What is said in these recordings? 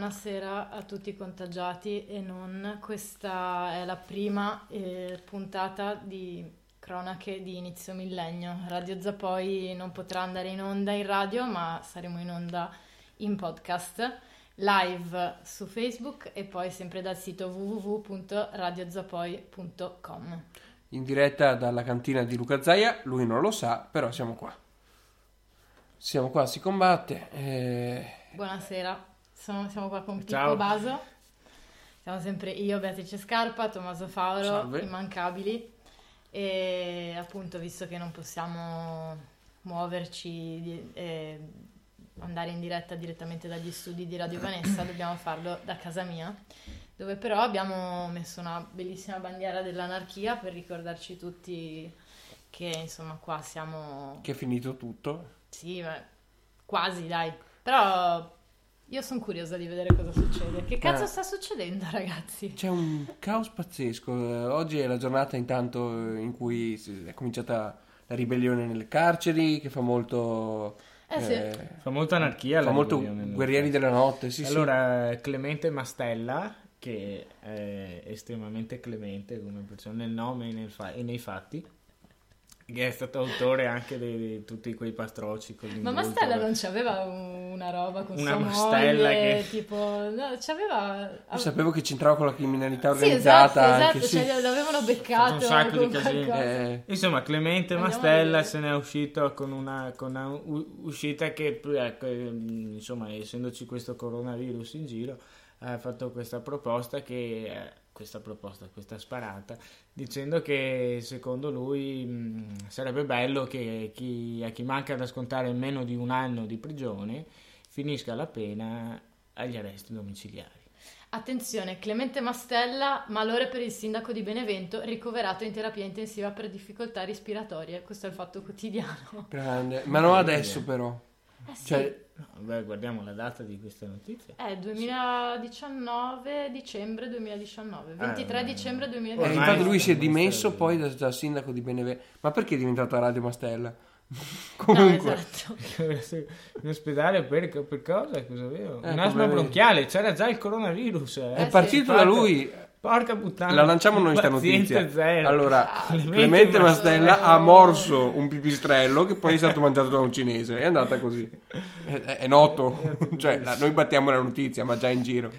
buonasera a tutti i contagiati e non. Questa è la prima puntata di cronache di inizio millennio. Radio Zapoi non potrà andare in onda in radio, ma saremo in onda in podcast, live su Facebook e poi sempre dal sito www.radiozapoi.com. In diretta dalla cantina di Luca Zaia, lui non lo sa, però siamo qua. Siamo qua, si combatte. Buonasera, siamo qua con Pippo Ciao. Baso. Siamo sempre io, Beatrice Scarpa, Tommaso Fauro, Salve. immancabili. E appunto, visto che non possiamo muoverci e andare in diretta direttamente dagli studi di Radio Vanessa, dobbiamo farlo da casa mia, dove però abbiamo messo una bellissima bandiera dell'anarchia per ricordarci tutti che insomma qua siamo... Che è finito tutto. Sì, quasi dai, però io sono curiosa di vedere cosa succede. Che cazzo sta succedendo, ragazzi? C'è un caos pazzesco. Oggi è la giornata intanto in cui è cominciata la ribellione nelle carceri, che fa molto... Sì. Fa molto anarchia. fa la molto ribellione. guerrieri della notte, sì, Allora, Clemente Mastella, che è estremamente clemente come persona nel nome e nei fatti, che è stato autore anche di tutti quei pastrocci con Ma Mastella non c'aveva una roba con Una sua Mastella moglie, che- tipo... No, c'aveva... Io sapevo che c'entrava con la criminalità Sì, organizzata esatto, anche, sì. cioè l'avevano beccato un sacco di con casini. qualcosa. Insomma, Clemente Andiamo a Mastella vedere. se ne è uscito con una uscita che, insomma, essendoci questo coronavirus in giro, ha fatto questa proposta questa sparata, dicendo che secondo lui sarebbe bello che a chi manca da scontare meno di un anno di prigione finisca la pena agli arresti domiciliari. Attenzione, Clemente Mastella, malore per il sindaco di Benevento, ricoverato in terapia intensiva per difficoltà respiratorie. Questo è il Fatto Quotidiano. Grande. Ma non adesso però. Sì. Cioè, No, beh, guardiamo la data di questa notizia. 2019, dicembre 2019, 23 dicembre 2019. Ormai infatti lui si è non dimesso serve. poi da sindaco di Benevento. Ma perché è diventato a Radio Mastella? No, Comunque, esatto. In ospedale per cosa? Cosa avevo? Un asma come- bronchiale, c'era già il coronavirus. è sì, partito da lui. Porca puttana. La lanciamo noi sta Pazienza notizia. zero. Allora, Clemente Clemente Mastella Mastella. ha morso un pipistrello che poi è stato mangiato da un cinese. È andata così. È noto. Cioè, noi battiamo la notizia, ma già in giro.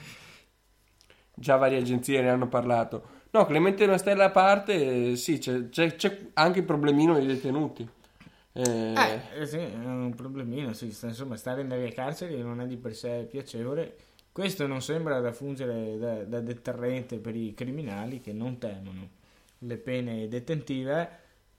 Già varie agenzie ne hanno parlato. No, Clemente Mastella a parte, sì, c'è anche il problemino dei detenuti. Sì, è un problemino, sì. Insomma, stare nelle carceri non è di per sé piacevole. Questo non sembra da fungere da deterrente per i criminali che non temono le pene detentive.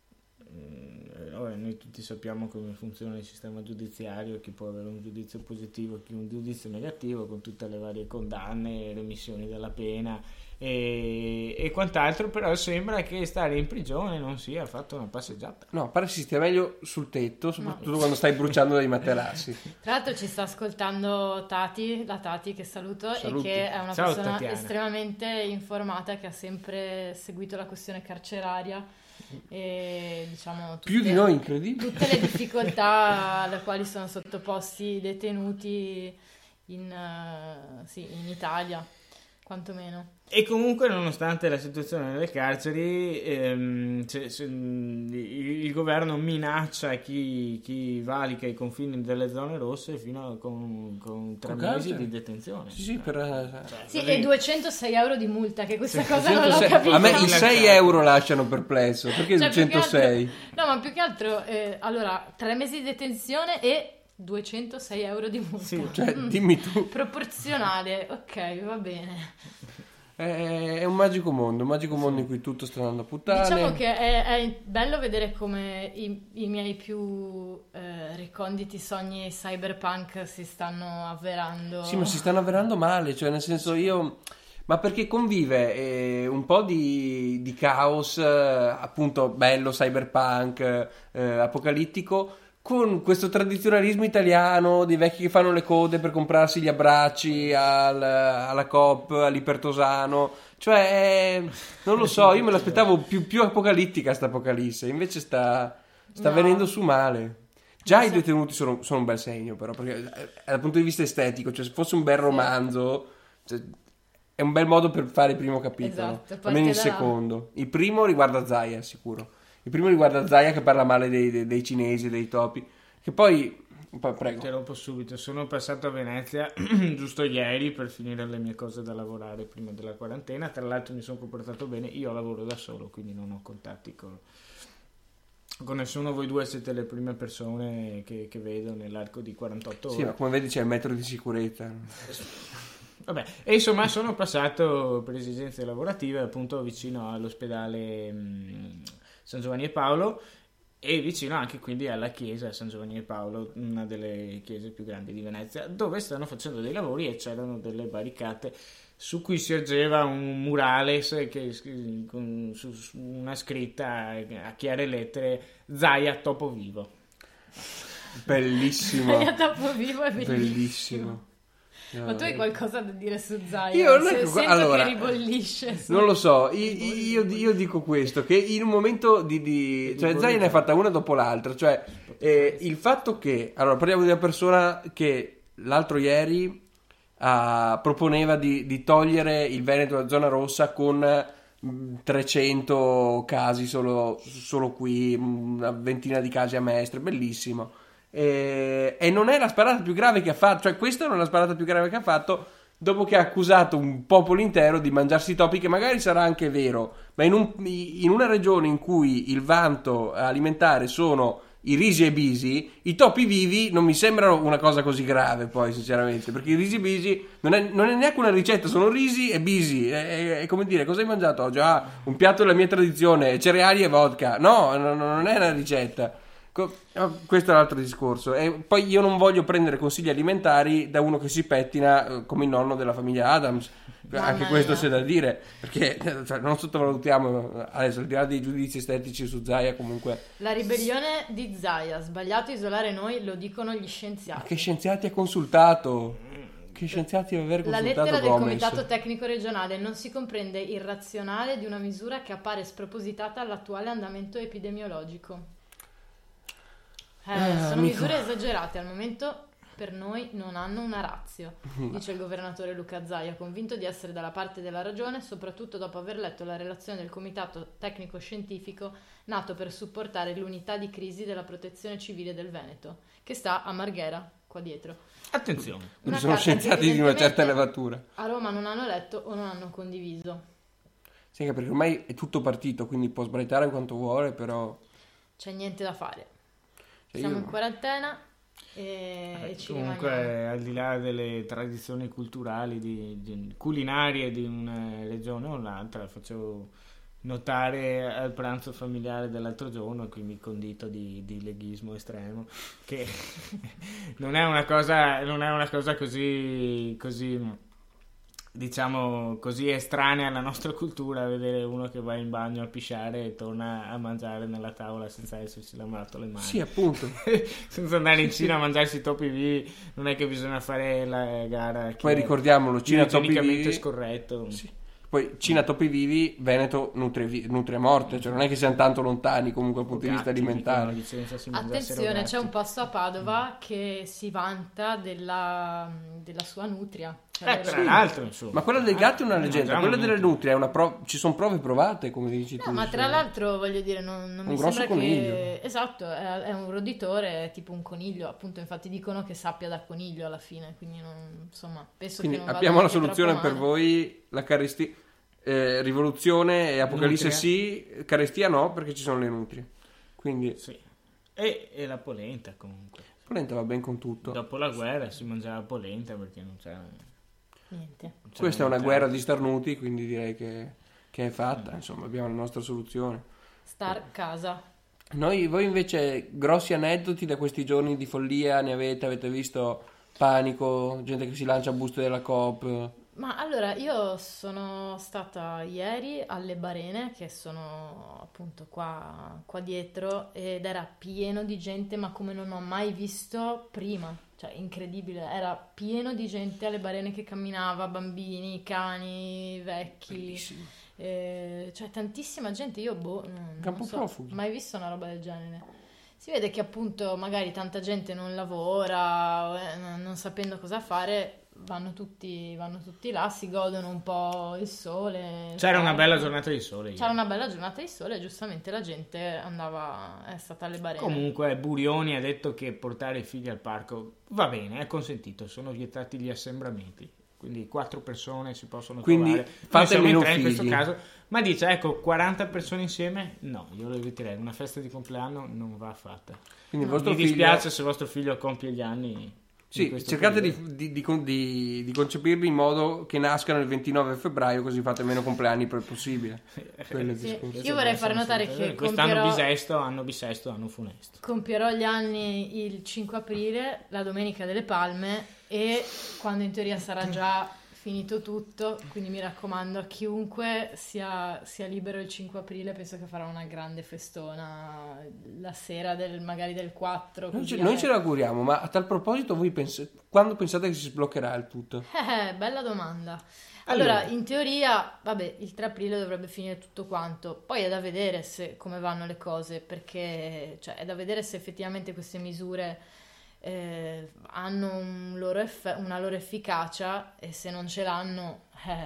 Noi tutti sappiamo come funziona il sistema giudiziario, chi può avere un giudizio positivo, chi un giudizio negativo, con tutte le varie condanne, remissioni della pena e quant'altro, però sembra che stare in prigione non sia affatto una passeggiata. No, pare si stia meglio sul tetto, soprattutto quando stai bruciando dei materassi. Tra l'altro ci sta ascoltando Tati, la Tati che saluto, Saluti. e che è una Ciao, persona Tatiana. estremamente informata, che ha sempre seguito la questione carceraria e diciamo Più di noi, incredibile. tutte le difficoltà alle quali sono sottoposti i detenuti in Italia, quantomeno. E comunque, nonostante la situazione nelle carceri, il governo minaccia chi valica i confini delle zone rosse fino con 3 Con mesi carcere. di detenzione. Sì, per... Sì, Così. e 206 euro di multa, che questa Sì, cosa non l'ho 206. capita. A me i Capito. 6 euro lasciano perplesso, perché Cioè, più che 106? altro- no, ma più che altro, allora, 3 mesi di detenzione e 206 euro di multa. Sì. Cioè, dimmi tu. Proporzionale, ok, va bene. È un magico mondo in cui tutto sta andando a puttane. Diciamo che è bello vedere come i miei più reconditi sogni cyberpunk si stanno avverando. Sì, ma si stanno avverando male, cioè nel senso io... Ma perché convive un po' di caos, appunto bello, cyberpunk, apocalittico, con questo tradizionalismo italiano di vecchi che fanno le code per comprarsi gli abbracci alla Coop, all'Ipertosano. Cioè, non lo so, io me l'aspettavo più apocalittica sta apocalisse, invece sta No. venendo su male. Già i detenuti sono un bel segno, però, perché dal punto di vista estetico, cioè se fosse un bel romanzo, cioè, è un bel modo per fare il primo capitolo, Esatto, almeno il secondo. Il primo riguarda Zaya, sicuro. Il primo riguarda Zaya che parla male dei cinesi, dei topi, che poi prego. Interrompo subito, sono passato a Venezia giusto ieri per finire le mie cose da lavorare prima della quarantena, tra l'altro mi sono comportato bene, io lavoro da solo quindi non ho contatti con nessuno, voi due siete le prime persone che vedo nell'arco di 48 ore. Sì, ma come vedi c'è il metro di sicurezza. Vabbè, e insomma sono passato per esigenze lavorative appunto vicino all'ospedale San Giovanni e Paolo e vicino anche quindi alla chiesa San Giovanni e Paolo, una delle chiese più grandi di Venezia, dove stanno facendo dei lavori e c'erano delle barricate su cui si ergeva un murales con una scritta a chiare lettere Zaya topo vivo. Bellissimo. Zaya topo vivo è bellissimo. Ma tu hai qualcosa da dire su Zaya? Io sento allora, che ribollisce. Non lo so, io dico questo, che in un momento cioè Zaya ne ha fatta una dopo l'altra, cioè il fatto che, allora parliamo di una persona che l'altro ieri proponeva di togliere il Veneto dalla zona rossa con 300 casi solo qui, una ventina di casi a Mestre, bellissimo. E non è la sparata più grave che ha fatto, cioè questa non è la sparata più grave che ha fatto dopo che ha accusato un popolo intero di mangiarsi i topi, che magari sarà anche vero, ma in una regione in cui il vanto alimentare sono i risi e i bisi, i topi vivi non mi sembrano una cosa così grave, poi sinceramente, perché i risi e bisi non è neanche una ricetta, sono risi e bisi, è come dire, cosa hai mangiato oggi? Un piatto della mia tradizione, cereali e vodka. No, non è una ricetta. Questo è un altro discorso. E poi io non voglio prendere consigli alimentari da uno che si pettina come il nonno della famiglia Adams. Anche questo c'è da dire, perché cioè, non sottovalutiamo adesso, al di là dei giudizi estetici su Zaya, comunque la ribellione di Zaya, sbagliato isolare noi, lo dicono gli scienziati. Che scienziati ha consultato? Che scienziati deve aver consultato? La lettera del Gomez? comitato tecnico regionale: non si comprende il razionale di una misura che appare spropositata all'attuale andamento epidemiologico. Sono misure esagerate, al momento per noi non hanno una ratio, dice il governatore Luca Zaia, convinto di essere dalla parte della ragione, soprattutto dopo aver letto la relazione del comitato tecnico scientifico nato per supportare l'unità di crisi della protezione civile del Veneto, che sta a Marghera, qua dietro. Attenzione, sono scienziati di una certa levatura. A Roma non hanno letto o non hanno condiviso. Sì, perché ormai è tutto partito, quindi può sbraitare quanto vuole, però c'è niente da fare. Siamo in quarantena e ci comunque rimaniamo. al di là delle tradizioni culturali culinarie di una regione o l'altra, faccio notare al pranzo familiare dell'altro giorno, quindi condito di leghismo estremo, che non è una cosa così diciamo così estranea alla nostra cultura, vedere uno che va in bagno a pisciare e torna a mangiare nella tavola senza essersi lavato le mani. Sì, appunto. Senza andare in Cina a mangiarsi i topi vivi, non è che bisogna fare la gara. Poi ricordiamolo, Cina topi vivi scorretto. Sì. Poi Cina topi vivi, Veneto nutria morte, cioè non è che siamo tanto lontani comunque dal punto di vista alimentare. Attenzione, c'è un posto a Padova che si vanta della sua nutria. Tra l'altro, insomma. Ma quella del gatto è una leggenda, quella delle nutrie è ci sono prove provate, come dici tu. Ma tra l'altro voglio dire, non mi sembra coniglio. Che esatto, è un roditore, è tipo un coniglio, appunto, infatti dicono che sappia da coniglio alla fine, quindi insomma, penso quindi che non abbiamo vada la soluzione per voi, la carestia, rivoluzione e apocalisse nutria. sì, carestia no, perché ci sono le nutrie. Quindi sì. E la polenta comunque. La polenta va ben con tutto. Dopo la guerra si mangiava polenta perché non c'era niente. Questa è una guerra di starnuti, quindi direi che è fatta, insomma, abbiamo la nostra soluzione. Star casa. Voi invece grossi aneddoti da questi giorni di follia ne avete visto? Panico, gente che si lancia a buste della Coop? Ma allora, io sono stata ieri alle Barene, che sono appunto qua dietro, ed era pieno di gente, ma come non ho mai visto prima. Cioè, incredibile, era pieno di gente alle Barene che camminava, bambini, cani, vecchi. Cioè, tantissima gente, io non Campo so, profughi. mai visto una roba del genere. Si vede che appunto magari tanta gente non lavora, non sapendo cosa fare, vanno tutti là, si godono un po' il sole. C'era una bella giornata di sole. C'era una bella giornata di sole e giustamente la gente è stata alle barene. Comunque Burioni ha detto che portare i figli al parco va bene, è consentito, sono vietati gli assembramenti. Quindi 4 persone si possono trovare. Fate meno figli. In questo caso, ma dice, ecco, 40 persone insieme? No, io lo eviterei. Una festa di compleanno non va fatta. Quindi Mi dispiace se vostro figlio compie gli anni. Sì, cercate di concepirli in modo che nascano il 29 febbraio, così fate meno compleanni possibile. Sì, io vorrei fare notare che quest'anno anno bisesto, anno funesto. Compierò gli anni il 5 aprile, la Domenica delle Palme, e quando in teoria sarà già finito tutto, quindi mi raccomando a chiunque sia libero il 5 aprile, penso che farà una grande festona la sera magari del 4. Noi ce l'auguriamo, ma a tal proposito voi quando pensate che si sbloccherà il tutto? Bella domanda. Allora, in teoria, vabbè, il 3 aprile dovrebbe finire tutto quanto, poi è da vedere come vanno le cose, perché è da vedere se effettivamente queste misure hanno una loro efficacia, e se non ce l'hanno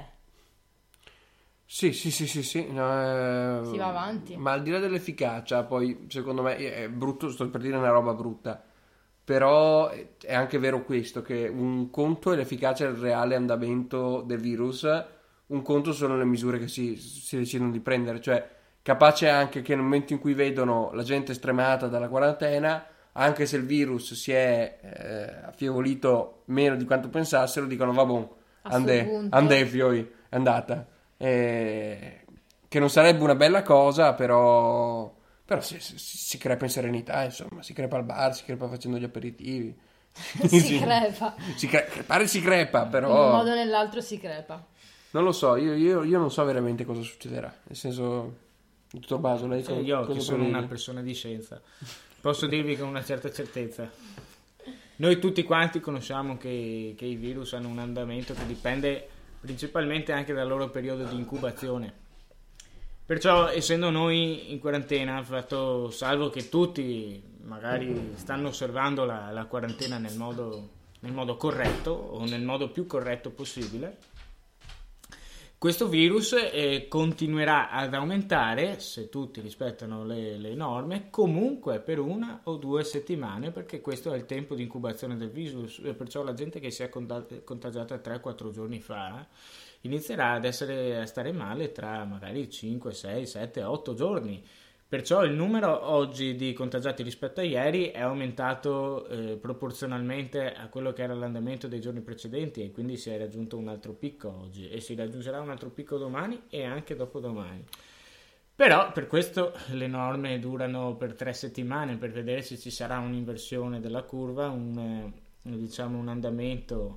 Sì. No, si va avanti. Ma al di là dell'efficacia, poi secondo me è brutto, sto per dire una roba brutta, però è anche vero questo, che un conto è l'efficacia del reale andamento del virus, un conto sono le misure che si decidono di prendere, cioè capace anche che nel momento in cui vedono la gente stremata dalla quarantena, anche se il virus si è affievolito meno di quanto pensassero, dicono vabbè, andè fioi, è andata. Che non sarebbe una bella cosa, però si crepa in serenità, insomma, si crepa al bar, si crepa facendo gli aperitivi. Crepa. Crepare si crepa, però... In un modo o nell'altro si crepa. Non lo so, io non so veramente cosa succederà, nel senso, dottor Baso, lei io che sono una persona di scienza posso dirvi con una certa certezza, noi tutti quanti conosciamo che i virus hanno un andamento che dipende principalmente anche dal loro periodo di incubazione, perciò essendo noi in quarantena, fatto salvo che tutti magari stanno osservando la quarantena nel modo corretto o nel modo più corretto possibile, questo virus continuerà ad aumentare, se tutti rispettano le norme, comunque per 1 o 2 settimane, perché questo è il tempo di incubazione del virus, perciò la gente che si è contagiata 3-4 giorni fa inizierà a stare male tra magari 5, 6, 7, 8 giorni. Perciò il numero oggi di contagiati rispetto a ieri è aumentato proporzionalmente a quello che era l'andamento dei giorni precedenti, e quindi si è raggiunto un altro picco oggi e si raggiungerà un altro picco domani e anche dopodomani. Però per questo le norme durano per 3 settimane, per vedere se ci sarà un'inversione della curva, un andamento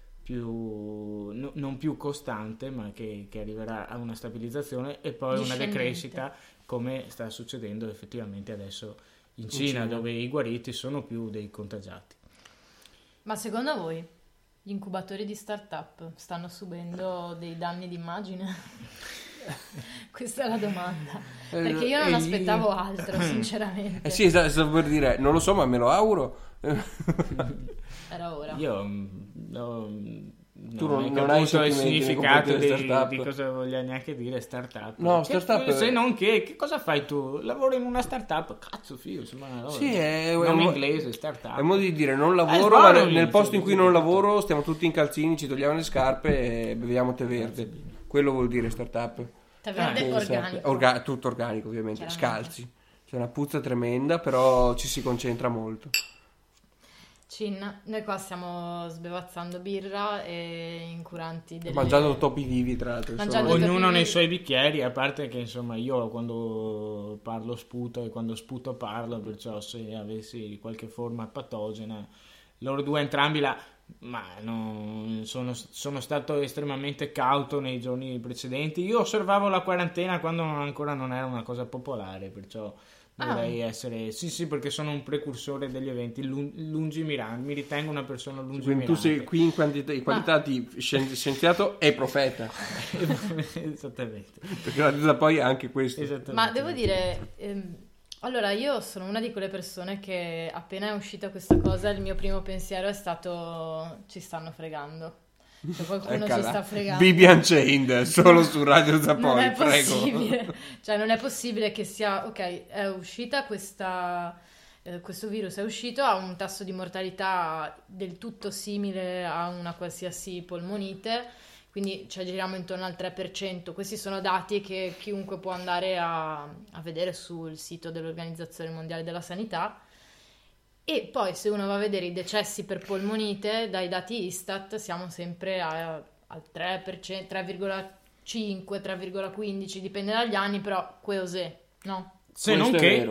non più costante, ma che arriverà a una stabilizzazione e poi una decrescita, come sta succedendo effettivamente adesso in Cina, dove i guariti sono più dei contagiati. Ma secondo voi gli incubatori di start-up stanno subendo dei danni d'immagine? Questa è la domanda, perché io non aspettavo altro, sinceramente. Sì, stavo per dire, non lo so, ma me lo auguro. Era ora. Tu non hai il significato di cosa voglia neanche dire startup. No, startup. Se non che cosa fai tu? Lavoro in una startup? Cazzo, figlio, insomma, sì, è nome inglese, startup. È modo di dire non lavoro, ma nel posto in cui non lavoro stiamo tutti in calzini, ci togliamo le scarpe e beviamo tè verde. Quello vuol dire startup. Tè verde organico. Tutto organico, ovviamente, scalzi. C'è una puzza tremenda, però ci si concentra molto. Noi qua stiamo sbevazzando birra e incuranti mangiando topi vivi, tra l'altro, ognuno nei suoi bicchieri, a parte che insomma io quando parlo sputo e quando sputo parlo, perciò se avessi qualche forma patogena loro due entrambi sono stato estremamente cauto nei giorni precedenti. Io osservavo la quarantena quando ancora non era una cosa popolare, perciò dovrei essere sì, perché sono un precursore degli eventi lungimirante, mi ritengo una persona lungimirante. Quindi tu sei qui in qualità di scienziato e profeta. Esattamente, perché la poi anche questo. Ma devo dire, Allora, io sono una di quelle persone che appena è uscita questa cosa, il mio primo pensiero è stato ci stanno fregando. Cioè qualcuno ci sta fregando. BB Unchained, solo su Radio Non Zapoi, è prego. possibile. Cioè non è possibile che sia, ok, è uscita questo virus è uscito, ha un tasso di mortalità del tutto simile a una qualsiasi polmonite, quindi ci giriamo intorno al 3%. Questi sono dati che chiunque può andare a vedere sul sito dell'Organizzazione Mondiale della Sanità. E poi se uno va a vedere i decessi per polmonite, dai dati Istat siamo sempre al 3%, 3,5, 3,15, dipende dagli anni, però cos'è, no? Se non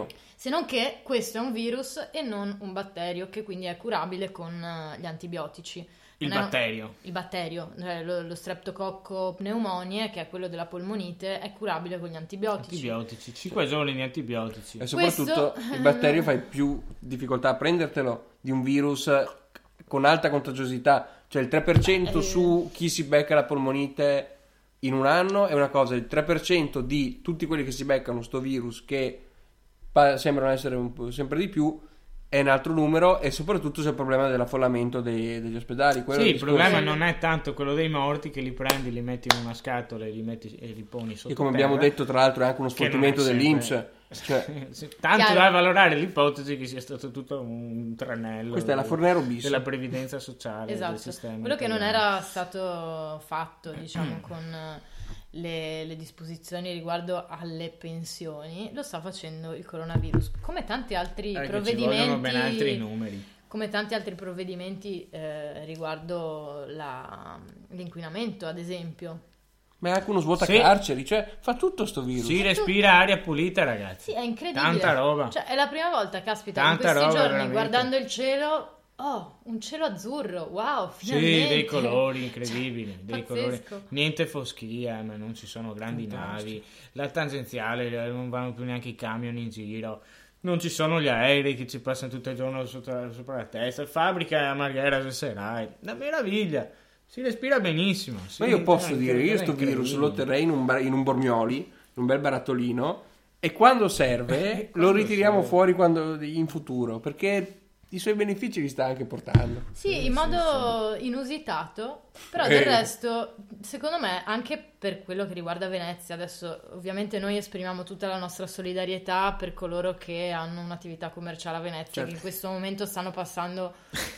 che questo è un virus e non un batterio, che quindi è curabile con gli antibiotici. Il batterio, cioè lo streptococco pneumoniae, che è quello della polmonite, è curabile con gli antibiotici. 5 giorni di antibiotici. E soprattutto il batterio fai più difficoltà a prendertelo di un virus con alta contagiosità. Cioè il 3% su chi si becca la polmonite in un anno è una cosa, il 3% di tutti quelli che si beccano sto virus, che sembrano essere sempre di più, è un altro numero, e soprattutto c'è il problema dell'affollamento degli ospedali. Il problema non è tanto quello dei morti, che li prendi, li metti in una scatola e li poni sotto e come terra, abbiamo detto, tra l'altro, è anche uno sfoltimento dell'INPS. Cioè, tanto da valorare l'ipotesi che sia stato tutto un tranello. Questa è la Fornero bis della previdenza sociale, esatto, del sistema quello italiano. che non era stato fatto, diciamo, con le disposizioni riguardo alle pensioni, lo sta facendo il coronavirus, come tanti altri provvedimenti. Ci vogliono ben altri numeri. Come tanti altri provvedimenti riguardo l'inquinamento, ad esempio. Ma è anche uno svuotacarceri, cioè fa tutto sto virus. Si respira aria pulita, ragazzi. Sì, è incredibile. Tanta roba. Cioè, è la prima volta, caspita, Tanta in questi roba, giorni, veramente. guardando il cielo, un cielo azzurro, wow, finalmente. Sì, dei colori incredibili, dei pazzesco. colori. Niente foschia, ma non ci sono grandi navi. La tangenziale, non vanno più neanche i camion in giro. Non ci sono gli aerei che ci passano tutto il giorno sopra la testa. Fabbrica a Marghera del Serai. Una meraviglia. Si respira benissimo. Ma io posso dire, io sto virus lo terrei in un Bormioli, in un bel barattolino, e quando serve lo ritiriamo fuori in futuro, perché i suoi benefici li sta anche portando. Sì, in modo inusitato, però del resto, secondo me, anche per quello che riguarda Venezia, adesso ovviamente noi esprimiamo tutta la nostra solidarietà per coloro che hanno un'attività commerciale a Venezia, certo, che in questo momento stanno passando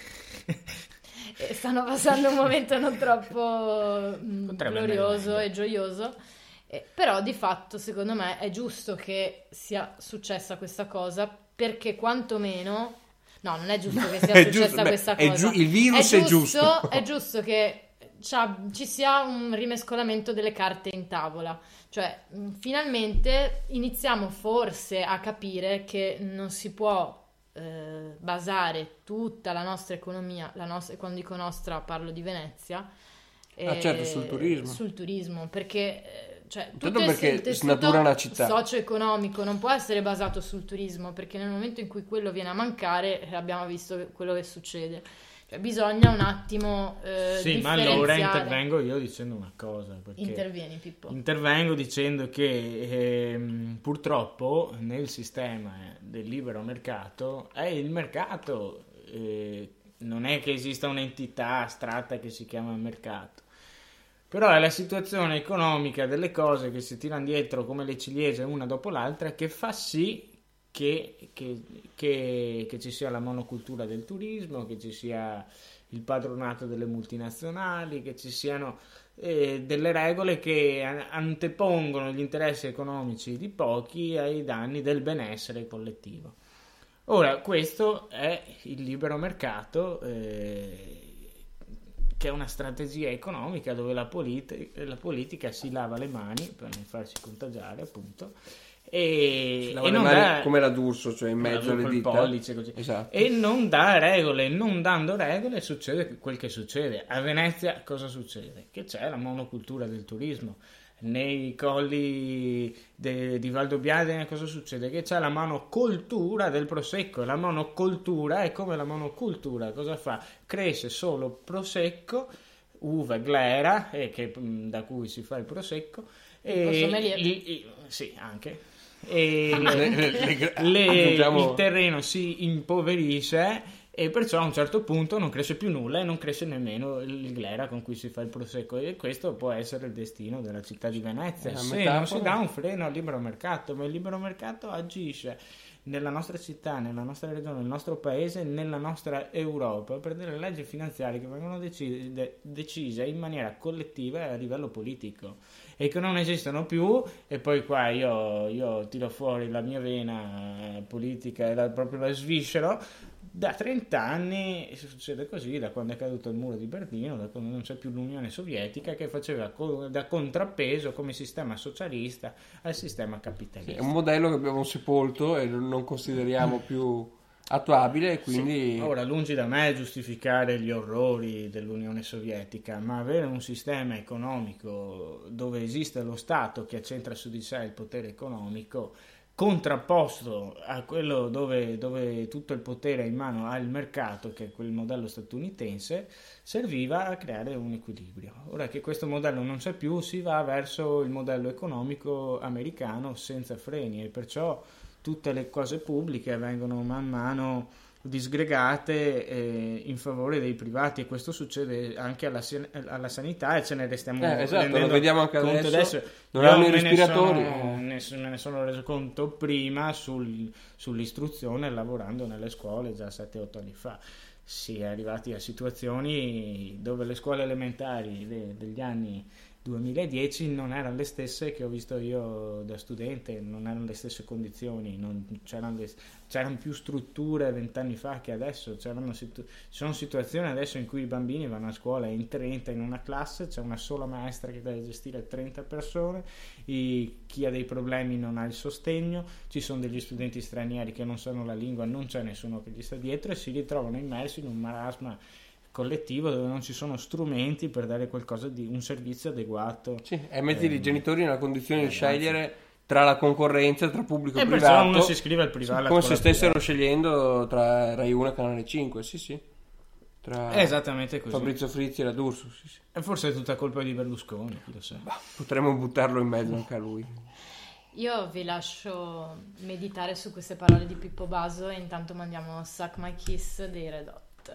un momento non troppo glorioso e gioioso. Però di fatto, secondo me, è giusto che sia successa questa cosa, perché quantomeno... No, non è giusto che sia successa questa cosa. Il virus è giusto. È giusto che ci sia un rimescolamento delle carte in tavola. Cioè, finalmente iniziamo forse a capire che non si può basare tutta la nostra economia, quando dico nostra parlo di Venezia, certo, sul turismo. Perché tutto perché il snatura una città. Socio-economico non può essere basato sul turismo, perché nel momento in cui quello viene a mancare abbiamo visto quello che succede. Cioè, bisogna un attimo sì, ma allora intervengo io dicendo una cosa. Intervieni, Pippo. Intervengo dicendo che purtroppo nel sistema del libero mercato è il mercato, non è che esista un'entità astratta che si chiama mercato, però è la situazione economica delle cose che si tirano dietro come le ciliegie una dopo l'altra che fa sì che ci sia la monocultura del turismo, che ci sia il padronato delle multinazionali, che ci siano delle regole che antepongono gli interessi economici di pochi ai danni del benessere collettivo. Ora, questo è il libero mercato, che è una strategia economica dove la politica si lava le mani per non farsi contagiare, appunto, e non dà, come la D'Urso, cioè in mezzo alle dita, pollice, così. Esatto. E non dà regole. Non dando regole succede quel che succede. A Venezia cosa succede? Che c'è la monocultura del turismo. Nei colli di Valdobbiadene cosa succede? Che c'è la monocoltura del prosecco. La monocoltura è come la monocultura. Cosa fa? Cresce solo prosecco, uva glera, da cui si fa il prosecco. Sì, anche. e il terreno si impoverisce e perciò a un certo punto non cresce più nulla e non cresce nemmeno il glera con cui si fa il prosecco, e questo può essere il destino della città di Venezia se non si dà un freno al libero mercato. Ma il libero mercato agisce nella nostra città, nella nostra regione, nel nostro paese, nella nostra Europa, per delle leggi finanziarie che vengono decise in maniera collettiva e a livello politico e che non esistono più. E poi qua io tiro fuori la mia vena politica e proprio la sviscero. Da 30 anni succede così, da quando è caduto il muro di Berlino, da quando non c'è più l'Unione Sovietica, che faceva da contrappeso come sistema socialista al sistema capitalista. È un modello che abbiamo sepolto e non consideriamo più attuabile, e quindi... Sì. Ora, lungi da me giustificare gli orrori dell'Unione Sovietica, ma avere un sistema economico dove esiste lo Stato che accentra su di sé il potere economico, contrapposto a quello dove tutto il potere è in mano al mercato, che è quel modello statunitense, serviva a creare un equilibrio. Ora che questo modello non c'è più, si va verso il modello economico americano senza freni, e perciò tutte le cose pubbliche vengono man mano disgregate in favore dei privati, e questo succede anche alla sanità, e ce ne restiamo lo vediamo anche adesso. Non Io hanno i respiratori. me ne sono reso conto prima sull'istruzione, lavorando nelle scuole già 7-8 anni fa. Si è arrivati a situazioni dove le scuole elementari degli anni 2010 non erano le stesse che ho visto io da studente, non erano le stesse condizioni, c'erano più strutture 20 anni fa che adesso, ci sono situazioni adesso in cui i bambini vanno a scuola in 30 in una classe, c'è una sola maestra che deve gestire 30 persone, chi ha dei problemi non ha il sostegno, ci sono degli studenti stranieri che non sanno la lingua, non c'è nessuno che gli sta dietro, e si ritrovano immersi in un marasma collettivo dove non ci sono strumenti per dare qualcosa di un servizio adeguato. Sì, e metti i genitori nella condizione di scegliere tra la concorrenza, tra pubblico e privato. E perciò uno si iscrive al privato. Come se stessero scegliendo tra Rai 1 e Canale 5, sì. Tra esattamente così. Fabrizio Frizzi e la D'Urso, sì. E forse è tutta colpa di Berlusconi, chi lo sa. Potremmo buttarlo in mezzo anche a lui. Io vi lascio meditare su queste parole di Pippo Baso, e intanto mandiamo Suck My Kiss dei Red Hot.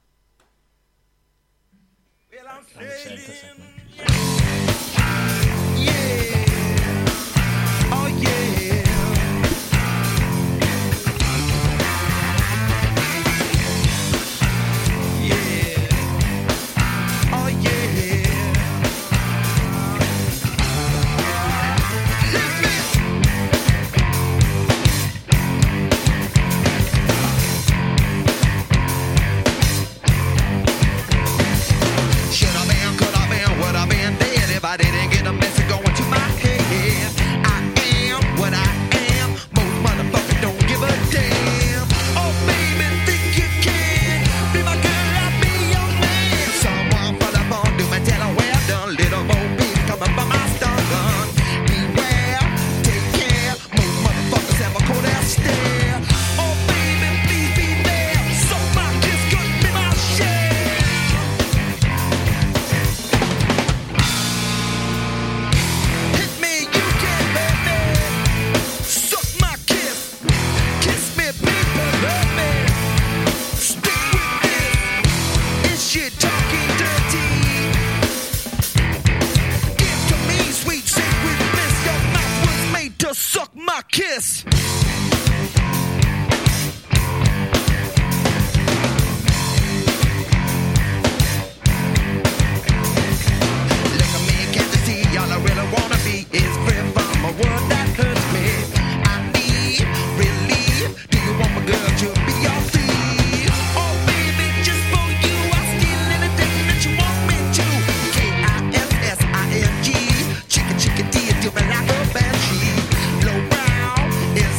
I didn't get a message going to my head. I am what I am. Most motherfuckers don't give a damn. Oh baby, think you can be my girl, I'll be your man. Someone for the phone, do my tell well done. Little Bo Peep coming from my stun gun. Beware, take care. Most motherfuckers have a cold ass stare. Oh baby, please be there. So my kiss could be my share. Suck my kiss. Look at me, can't you see? All I really wanna be is free from a world that hurts me. I need relief. Do you want my girl to be your thief? Oh baby, just for you, I'll steal anything that you want me to. Kissing, chicken, do me like a banshee. Low brow is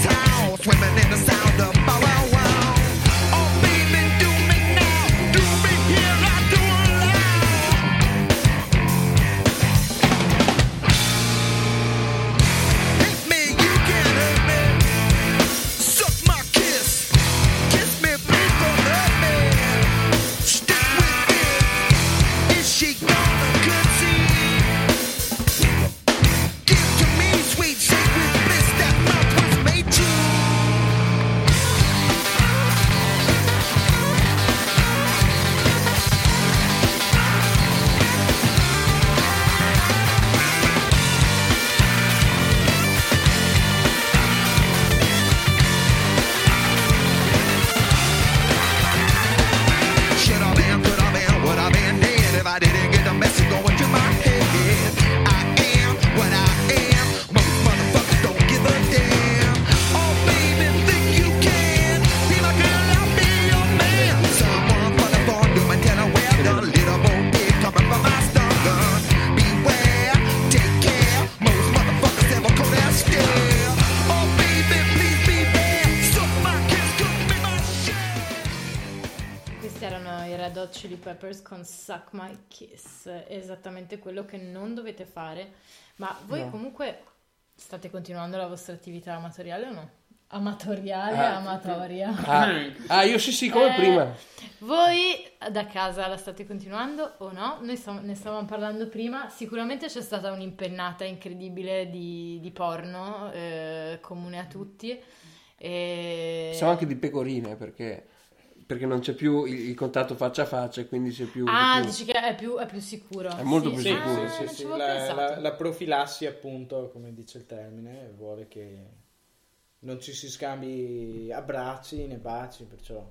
Hot Chili Peppers con Suck My Kiss, è esattamente quello che non dovete fare. Ma voi comunque state continuando la vostra attività amatoriale o no? Amatoria. Io sì, come prima. Voi da casa la state continuando o no? Noi ne stavamo parlando prima. Sicuramente c'è stata un'impennata incredibile di porno, comune a tutti. Siamo anche di pecorine perché non c'è più il contatto faccia a faccia e quindi c'è più... dici che è più sicuro. È molto più Sì, sicuro. sì, sì. La profilassi, appunto, come dice il termine, vuole che non ci si scambi abbracci né baci, perciò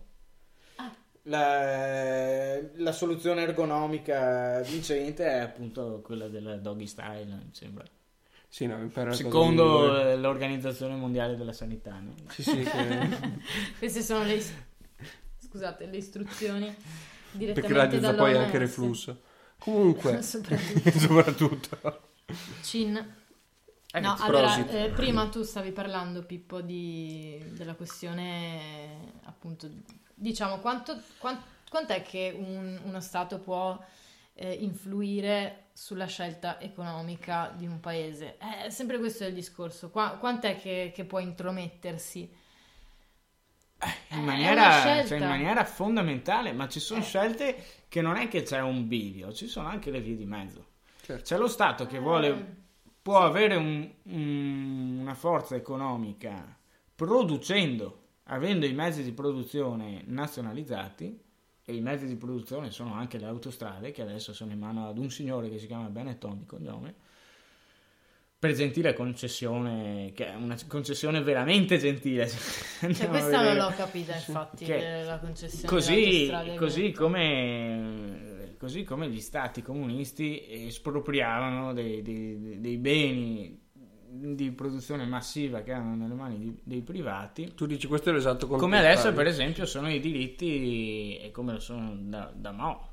la soluzione ergonomica vincente è appunto quella del doggy style, mi sembra. Sì, no, secondo l'Organizzazione Mondiale della Sanità, no? Sì. Queste sono le istruzioni direttamente perché raddrizza poi anche reflusso. Comunque, soprattutto. Cin. No, allora, prima tu stavi parlando, Pippo, della questione, appunto, diciamo, quant'è che uno Stato può influire sulla scelta economica di un paese? Sempre questo è il discorso. Quant'è che può intromettersi? In maniera fondamentale, ma ci sono scelte che non è che c'è un bivio, ci sono anche le vie di mezzo. Certo. C'è lo Stato che può avere una forza economica avendo i mezzi di produzione nazionalizzati, e i mezzi di produzione sono anche le autostrade, che adesso sono in mano ad un signore che si chiama Benetton di cognome, per gentile concessione, che è una concessione veramente gentile. Questa non l'ho capita, infatti, la concessione così come gli stati comunisti espropriavano dei beni di produzione massiva che erano nelle mani dei privati. Tu dici questo è l'esatto contrario. Come adesso, per esempio, sono i diritti, e come lo sono da mo'.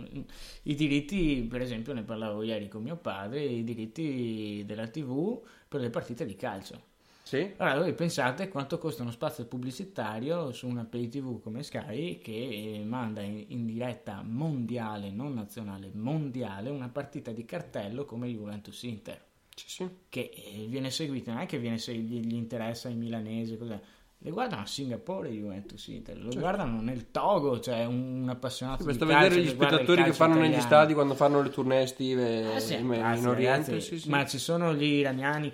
I diritti, per esempio, ne parlavo ieri con mio padre, i diritti della TV per le partite di calcio. Sì. Allora voi pensate quanto costa uno spazio pubblicitario su una pay TV come Sky che manda in diretta mondiale, non nazionale, mondiale, una partita di cartello come Juventus Inter. Sì. Che viene seguita, non è che gli interessa ai milanesi, cos'è? Le guardano a Singapore Juventus Inter, lo guardano nel Togo, cioè un appassionato di calcio. Basta vedere gli spettatori che fanno negli stadi quando fanno le tournée estive in Oriente. Ragazzi, sì. Ma ci sono gli iraniani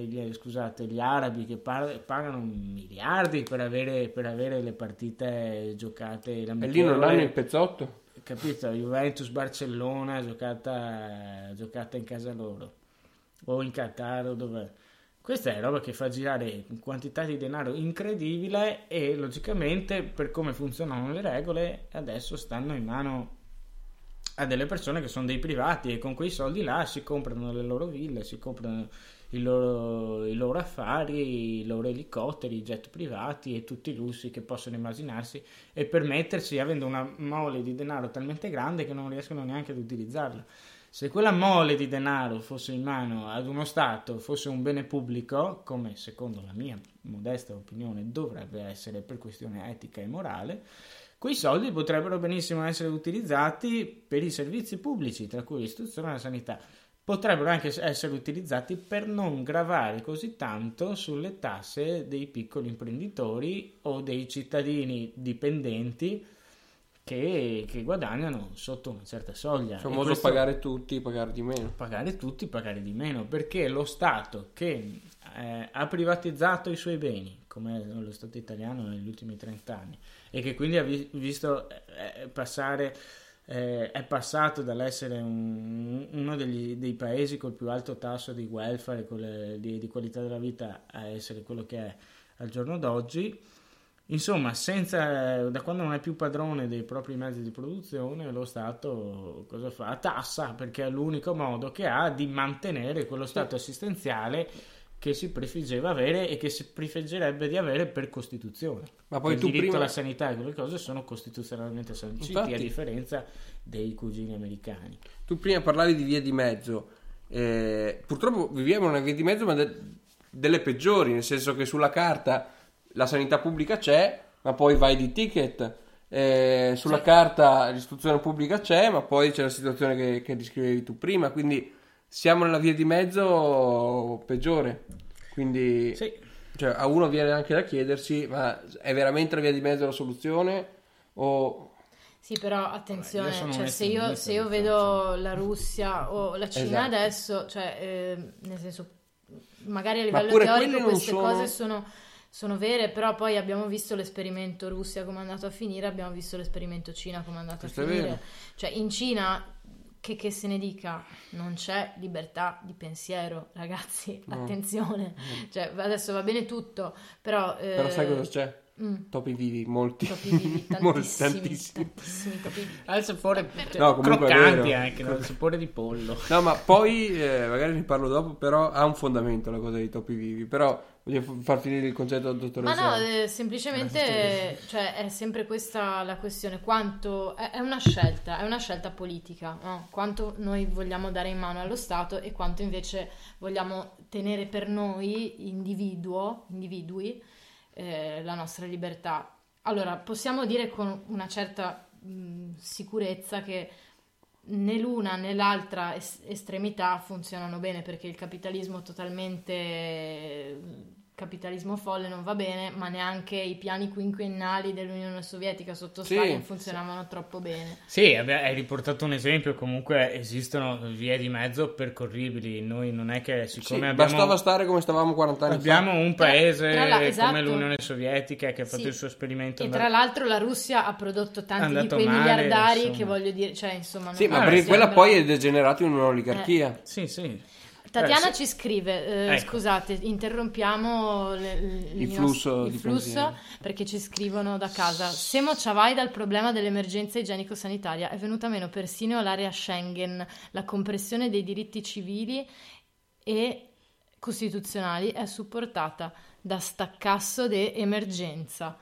gli arabi che pagano miliardi per avere le partite giocate. E lì non hanno il pezzotto. Capito? Juventus Barcellona giocata in casa loro, o in Qatar o dov'è. Questa è roba che fa girare quantità di denaro incredibile e logicamente, per come funzionano le regole, adesso stanno in mano a delle persone che sono dei privati e con quei soldi là si comprano le loro ville, si comprano i loro affari, i loro elicotteri, i jet privati e tutti i lussi che possono immaginarsi e permettersi, avendo una mole di denaro talmente grande che non riescono neanche ad utilizzarla. Se quella mole di denaro fosse in mano ad uno Stato, fosse un bene pubblico, come secondo la mia modesta opinione dovrebbe essere per questione etica e morale, quei soldi potrebbero benissimo essere utilizzati per i servizi pubblici, tra cui l'istruzione e la sanità. Potrebbero anche essere utilizzati per non gravare così tanto sulle tasse dei piccoli imprenditori o dei cittadini dipendenti che guadagnano sotto una certa soglia. Il famoso pagare tutti, pagare di meno. Pagare tutti, pagare di meno, perché lo Stato che ha privatizzato i suoi beni, come lo Stato italiano negli ultimi 30 anni, e che quindi ha visto passare, è passato dall'essere uno dei paesi col più alto tasso di welfare e di qualità della vita a essere quello che è al giorno d'oggi. Insomma, da quando non è più padrone dei propri mezzi di produzione, lo Stato cosa fa? Tassa, perché è l'unico modo che ha di mantenere quello Stato assistenziale che si prefiggeva avere e che si prefiggerebbe di avere per Costituzione. Ma poi il diritto alla sanità e quelle cose sono costituzionalmente sanciti, infatti, a differenza dei cugini americani. Tu prima parlavi di vie di mezzo. Purtroppo viviamo una via di mezzo, ma delle peggiori, nel senso che sulla carta la sanità pubblica c'è, ma poi vai di ticket sulla carta l'istruzione pubblica c'è, ma poi c'è la situazione che descrivevi tu prima, quindi siamo nella via di mezzo peggiore. Quindi Sì. cioè, a uno viene anche da chiedersi, ma è veramente la via di mezzo la soluzione? O... Sì, però attenzione, Io sono cioè, un se io estremista, vedo la Russia o la Cina Esatto. adesso, cioè, nel senso, magari a Ma livello pure teorico quelle non queste sono- cose sono vere, però poi abbiamo visto l'esperimento Russia come è andato a finire, abbiamo visto l'esperimento Cina come è andato Questo a è finire. vero. Cioè, in Cina, che se ne dica, non c'è libertà di pensiero, ragazzi, attenzione. Cioè, adesso va bene tutto, però... Però sai cosa c'è? Topi vivi, molti. Topi vivi, Molti, tantissimi topi vivi. Ha il sapore No, comunque è croccanti vero. anche, no? Il sapore di pollo. No, ma poi magari ne parlo dopo, però ha un fondamento la cosa dei topi vivi. Però voglio far finire il concetto al dottor Ma no, Roselli. semplicemente cioè, è sempre questa la questione, quanto è una scelta politica, no? Quanto noi vogliamo dare in mano allo Stato e quanto invece vogliamo tenere per noi, individui, la nostra libertà. Allora, possiamo dire con una certa sicurezza che né l'una né l'altra estremità funzionano bene, perché il capitalismo capitalismo folle non va bene, ma neanche i piani quinquennali dell'Unione Sovietica sotto Sì, Stalin funzionavano troppo bene. Sì, hai riportato un esempio, comunque esistono vie di mezzo percorribili, noi non è che Sì, siccome abbiamo... bastava stare come stavamo 40 anni Abbiamo un paese esatto. come l'Unione Sovietica che ha fatto Sì. il suo esperimento. E tra l'altro la Russia ha prodotto tanti di Andato quei male, miliardari insomma. che voglio dire, cioè insomma... fa. Sì, ma non perché quella sembra- poi è degenerata in un'oligarchia. Sì, sì. Tatiana Sì. ci scrive, Ecco. scusate, interrompiamo Il flusso il di flusso pensiero. perché ci scrivono da casa. Semo Ciavai dal problema dell'emergenza igienico-sanitaria è venuta meno persino l'area Schengen, la compressione dei diritti civili e costituzionali è supportata da staccasso de emergenza.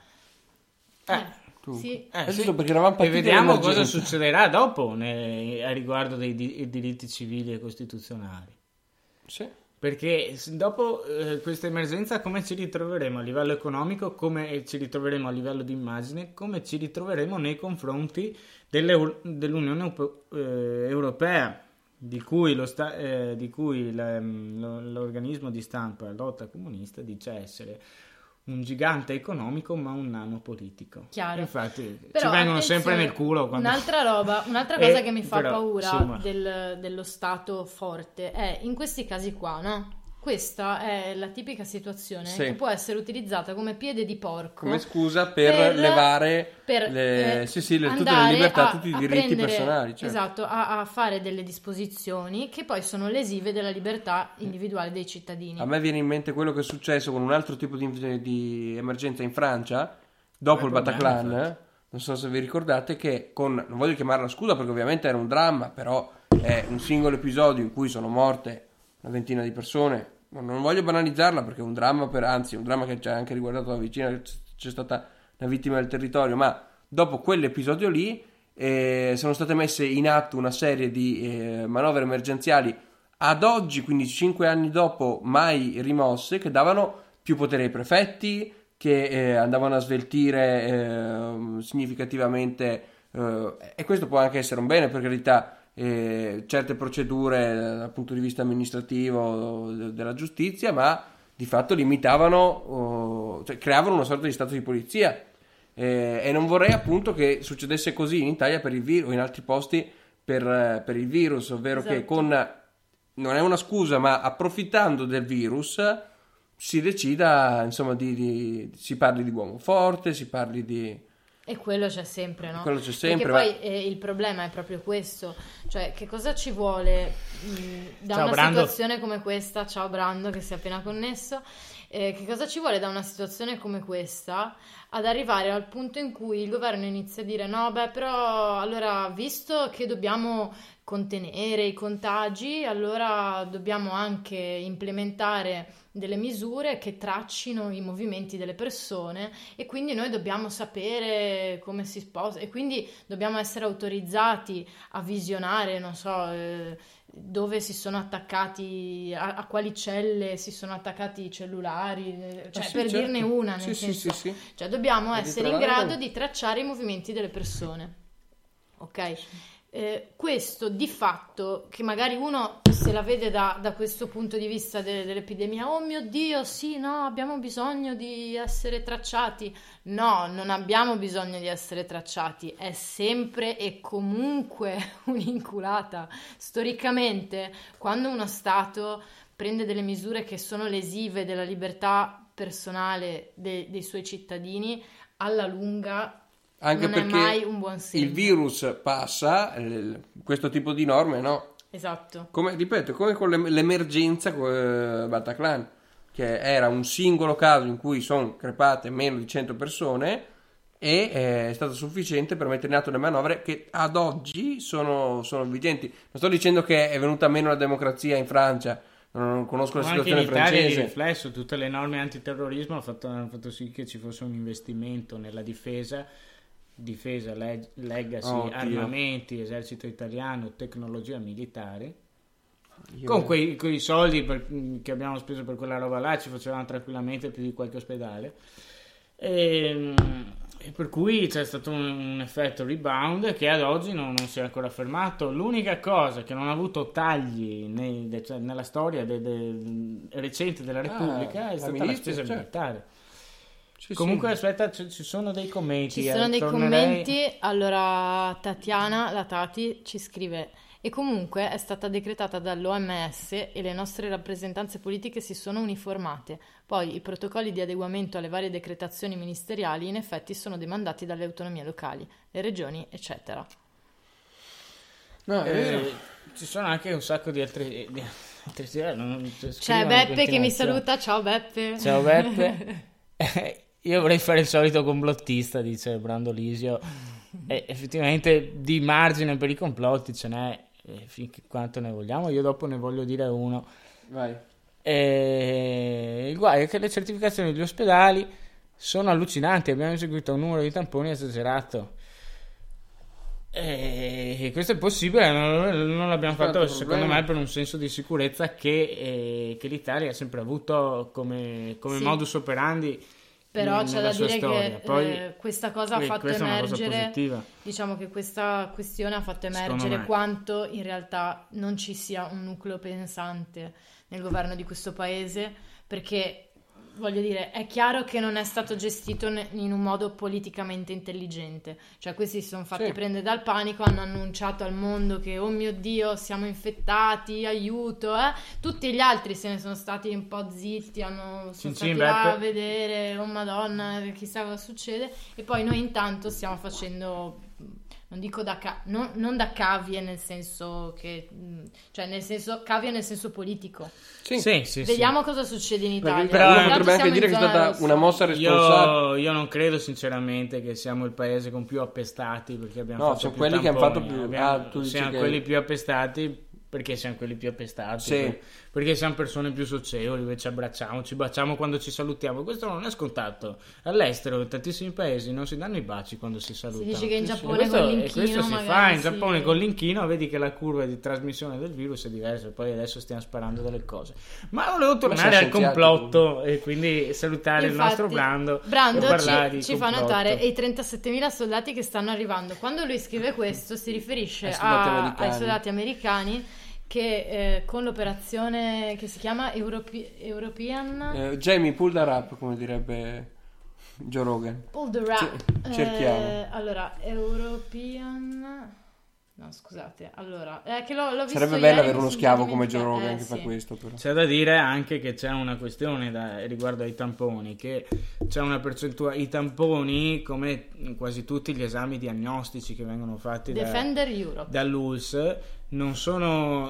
Sì. Adesso perché eravamo E partiti vediamo cosa dall'emergenza. succederà dopo a riguardo dei diritti civili e costituzionali. Sì. Perché dopo questa emergenza come ci ritroveremo a livello economico, come ci ritroveremo a livello di immagine, come ci ritroveremo nei confronti dell'Unione Europea, di cui l'organismo di stampa lotta comunista dice essere un gigante economico ma un nano politico. Chiaro. Infatti Però, ci vengono attenzione, sempre nel culo quando... un'altra cosa che mi fa però, paura insomma. dello Stato forte è in questi casi qua, no? Questa è la tipica situazione Sì. che può essere utilizzata come piede di porco Come scusa per levare per, tutte le andare libertà, a- tutti i a diritti prendere- personali. Certo. Esatto, a fare delle disposizioni che poi sono lesive della libertà individuale dei cittadini. A me viene in mente quello che è successo con un altro tipo di emergenza in Francia, dopo il Bataclan, non so se vi ricordate, che non voglio chiamarla scusa perché ovviamente era un dramma, però è un singolo episodio in cui sono morte una ventina di persone, non voglio banalizzarla perché è un dramma, anzi un dramma che ci ha anche riguardato da vicino, c'è stata una vittima del territorio, ma dopo quell'episodio lì sono state messe in atto una serie di manovre emergenziali ad oggi, quindi 5 anni dopo, mai rimosse, che davano più potere ai prefetti, che andavano a sveltire significativamente, e questo può anche essere un bene, per carità, certe procedure dal punto di vista amministrativo della giustizia, ma di fatto limitavano, cioè creavano una sorta di stato di polizia. E non vorrei appunto che succedesse così in Italia per il virus o in altri posti per il virus, ovvero che Esatto. non è una scusa, ma approfittando del virus si decida, insomma, si parli di uomo forte, si parli di... E quello c'è sempre, no? Quello c'è sempre, Perché poi il problema è proprio questo, cioè che cosa ci vuole da Ciao, una Brando. situazione come questa, ciao Brando che si è appena connesso, che cosa ci vuole da una situazione come questa ad arrivare al punto in cui il governo inizia a dire no, beh, però allora visto che dobbiamo contenere i contagi, allora dobbiamo anche implementare delle misure che traccino i movimenti delle persone, e quindi noi dobbiamo sapere come si sposta, e quindi dobbiamo essere autorizzati a visionare, non so, dove si sono attaccati, a quali celle si sono attaccati i cellulari, cioè sì, per certo. dirne una, Sì, nel sì, senso, sì, sì. cioè dobbiamo E essere in trovare- grado di tracciare i movimenti delle persone, ok? Questo di fatto, che magari uno se la vede da questo punto di vista dell'epidemia, oh mio Dio, sì, no, abbiamo bisogno di essere tracciati. No, non abbiamo bisogno di essere tracciati, è sempre e comunque un'inculata. Storicamente, quando uno Stato prende delle misure che sono lesive della libertà personale dei suoi cittadini, alla lunga Anche non è perché mai un buon segno. il virus passa, questo tipo di norme no. Esatto. Come, ripeto, come con l'emergenza Bataclan, che era un singolo caso in cui sono crepate meno di 100 persone e è stato sufficiente per mettere in atto le manovre che ad oggi sono vigenti. Non sto dicendo che è venuta meno la democrazia in Francia, non conosco la Ma anche in situazione Italia di francese. riflesso, tutte le norme antiterrorismo hanno fatto sì che ci fosse un investimento nella difesa, legacy, Oh, Dio. armamenti, esercito italiano, tecnologia militare. Io- Con quei soldi che abbiamo speso per quella roba là ci facevano tranquillamente più di qualche ospedale. E per cui c'è stato un effetto rebound che ad oggi non si è ancora fermato. L'unica cosa che non ha avuto tagli cioè nella storia recente della Repubblica è la stata la milizia, spesa certo. militare. Sì, Comunque sì. aspetta, ci sono dei commenti. Ci sono dei tornerei- commenti. Allora, Tatiana, la Tati, ci scrive: e comunque è stata decretata dall'OMS e le nostre rappresentanze politiche si sono uniformate. Poi i protocolli di adeguamento alle varie decretazioni ministeriali in effetti sono demandati dalle autonomie locali, le regioni, eccetera. No, è vero. Ci sono anche un sacco di altri C'è Beppe che mi saluta. Ciao Beppe. Ciao Beppe. Io vorrei fare il solito complottista, dice Brando Lisio. E effettivamente di margine per i complotti ce n'è finché quanto ne vogliamo. Io dopo ne voglio dire uno. Vai. Il guaio è che le certificazioni degli ospedali sono allucinanti. Abbiamo eseguito un numero di tamponi esagerato. E questo è possibile, non l'abbiamo fatto Certo, secondo problema. me per un senso di sicurezza che l'Italia ha sempre avuto come Sì. modus operandi. Però c'è nella da sua dire storia. che Poi, questa cosa ha fatto questa è una cosa emergere, positiva. diciamo che questa questione ha fatto Secondo emergere me. quanto in realtà non ci sia un nucleo pensante nel governo di questo paese, perché voglio dire, è chiaro che non è stato gestito in un modo politicamente intelligente, cioè questi si sono fatti Sì. prendere dal panico, hanno annunciato al mondo che oh mio Dio siamo infettati, aiuto, tutti gli altri se ne sono stati un po' zitti, sono Cin stati cin, là a Beppe. vedere, oh madonna, chissà cosa succede, e poi noi intanto stiamo facendo, non dico non da cavie nel senso che, cioè nel senso cavie nel senso politico. Sì. Sì. Vediamo cosa succede in Italia. però Uno Intanto potrebbe anche siamo in dire che è zona stata rossa. una mossa responsabile. Io non credo sinceramente che siamo il paese con più appestati perché abbiamo No, fatto sono più quelli che hanno tamponi. fatto più- tu dici siamo che- quelli più appestati perché siamo quelli più appestati. Sì. Perché siamo persone più socievoli, ci abbracciamo, ci baciamo quando ci salutiamo. Questo non è scontato. All'estero, in tantissimi paesi, non si danno i baci quando si salutano. Si dice che in Giappone questo, con e l'inchino questo si magari fa in si- Giappone con l'inchino, vedi che la curva di trasmissione del virus è diversa. Poi adesso stiamo sparando delle cose. Ma volevo tornare al scienziati, complotto e quindi salutare il nostro Infatti, Brando e parlare ci di fa complotto. notare e i 37.000 soldati che stanno arrivando. Quando lui scrive questo si riferisce Ai soldati americani. ai soldati americani che con l'operazione che si chiama European Jamie, pull that up, come direbbe Joe Rogan. Pull the Rap. Cerchiamo. Allora, European. No, scusate. Allora, che l'ho visto Sarebbe ieri, bello mi avere uno sono schiavo come Joe dimenticato. Rogan che fa Sì. questo, però. C'è da dire anche che c'è una questione riguardo ai tamponi, che c'è una percentuale, i tamponi, come in quasi tutti gli esami diagnostici che vengono fatti Defender Europe. dall'ULS, non sono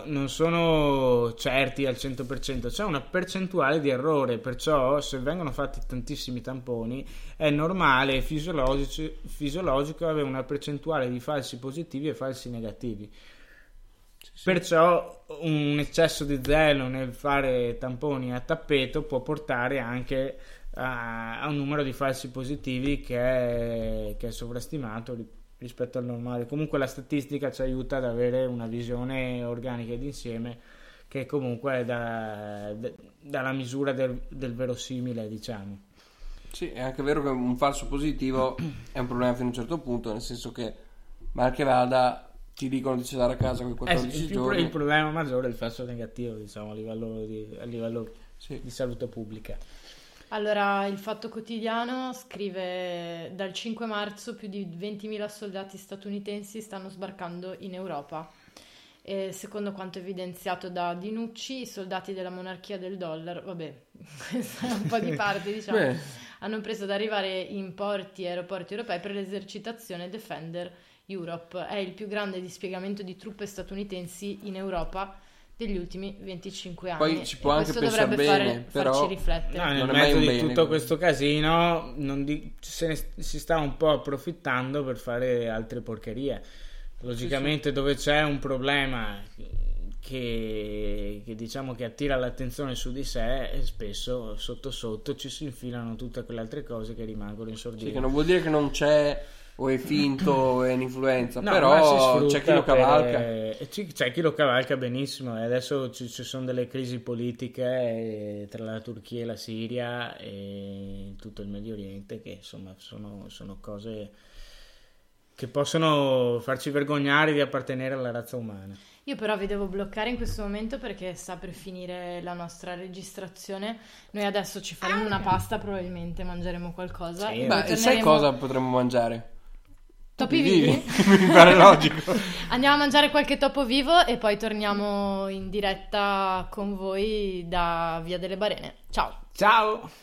certi al 100%, c'è una percentuale di errore, perciò se vengono fatti tantissimi tamponi è normale e fisiologico, avere una percentuale di falsi positivi e falsi negativi. Perciò un eccesso di zelo nel fare tamponi a tappeto può portare anche a un numero di falsi positivi che è sovrastimato rispetto al normale. Comunque la statistica ci aiuta ad avere una visione organica ed insieme che comunque è dalla misura del verosimile, diciamo. Sì, è anche vero che un falso positivo è un problema fino a un certo punto, nel senso che mal che vada ti dicono di stare a casa con 14 giorni. Il problema maggiore è il falso negativo, diciamo, a livello di salute pubblica. Allora, il Fatto Quotidiano scrive: dal 5 marzo più di 20.000 soldati statunitensi stanno sbarcando in Europa. E secondo quanto evidenziato da Dinucci, i soldati della monarchia del dollaro, vabbè, questa è un po' di parte, diciamo, hanno preso ad arrivare in porti e aeroporti europei per l'esercitazione Defender Europe. È il più grande dispiegamento di truppe statunitensi in Europa degli ultimi 25 anni. Poi ci può anche questo pensare dovrebbe bene, però farci riflettere. No, nel non è mai mezzo un di bene. tutto questo casino si sta un po' approfittando per fare altre porcherie. Logicamente dove c'è un problema che diciamo che attira l'attenzione su di sé, e spesso sotto sotto ci si infilano tutte quelle altre cose che rimangono in sordina. Sì, che non vuol dire che non c'è o è finto o è un'influenza, No, ma si però sfrutta c'è chi lo cavalca. C'è chi lo cavalca benissimo, e adesso ci sono delle crisi politiche tra la Turchia e la Siria e tutto il Medio Oriente che insomma sono cose che possono farci vergognare di appartenere alla razza umana. Io però vi devo bloccare in questo momento perché sta per finire la nostra registrazione. Noi adesso ci faremo una pasta, probabilmente mangeremo qualcosa. Sì, e Ma poi sai torneremo- cosa potremmo mangiare? Topi vivi? Mi pare logico. Andiamo a mangiare qualche topo vivo e poi torniamo in diretta con voi da Via delle Barene. Ciao! Ciao!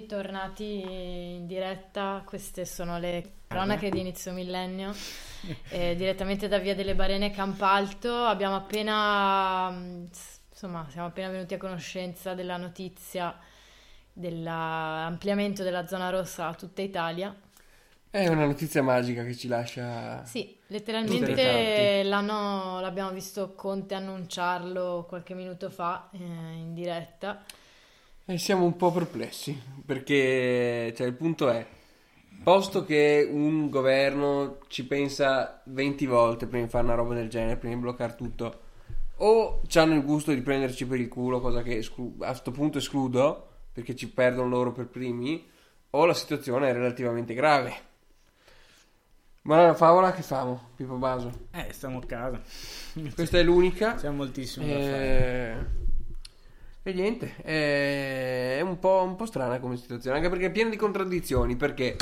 tornati in diretta. Queste sono le cronache di inizio millennio, direttamente da Via delle Barene, Campalto. Abbiamo appena, insomma, siamo appena venuti a conoscenza della notizia dell'ampliamento della zona rossa a tutta Italia. È una notizia magica che ci lascia... Sì, letteralmente l'abbiamo visto Conte annunciarlo qualche minuto fa in diretta. E siamo un po' perplessi, perché cioè, il punto è, posto che un governo ci pensa 20 volte prima di fare una roba del genere, prima di bloccare tutto, o hanno il gusto di prenderci per il culo, cosa che a questo punto escludo, perché ci perdono loro per primi, o la situazione è relativamente grave. Ma la favola che famo, Pippo Baso? Stiamo a casa. Questa è l'unica. C'è moltissimo da fare. E niente, è un po' strana come situazione, anche perché è piena di contraddizioni, perché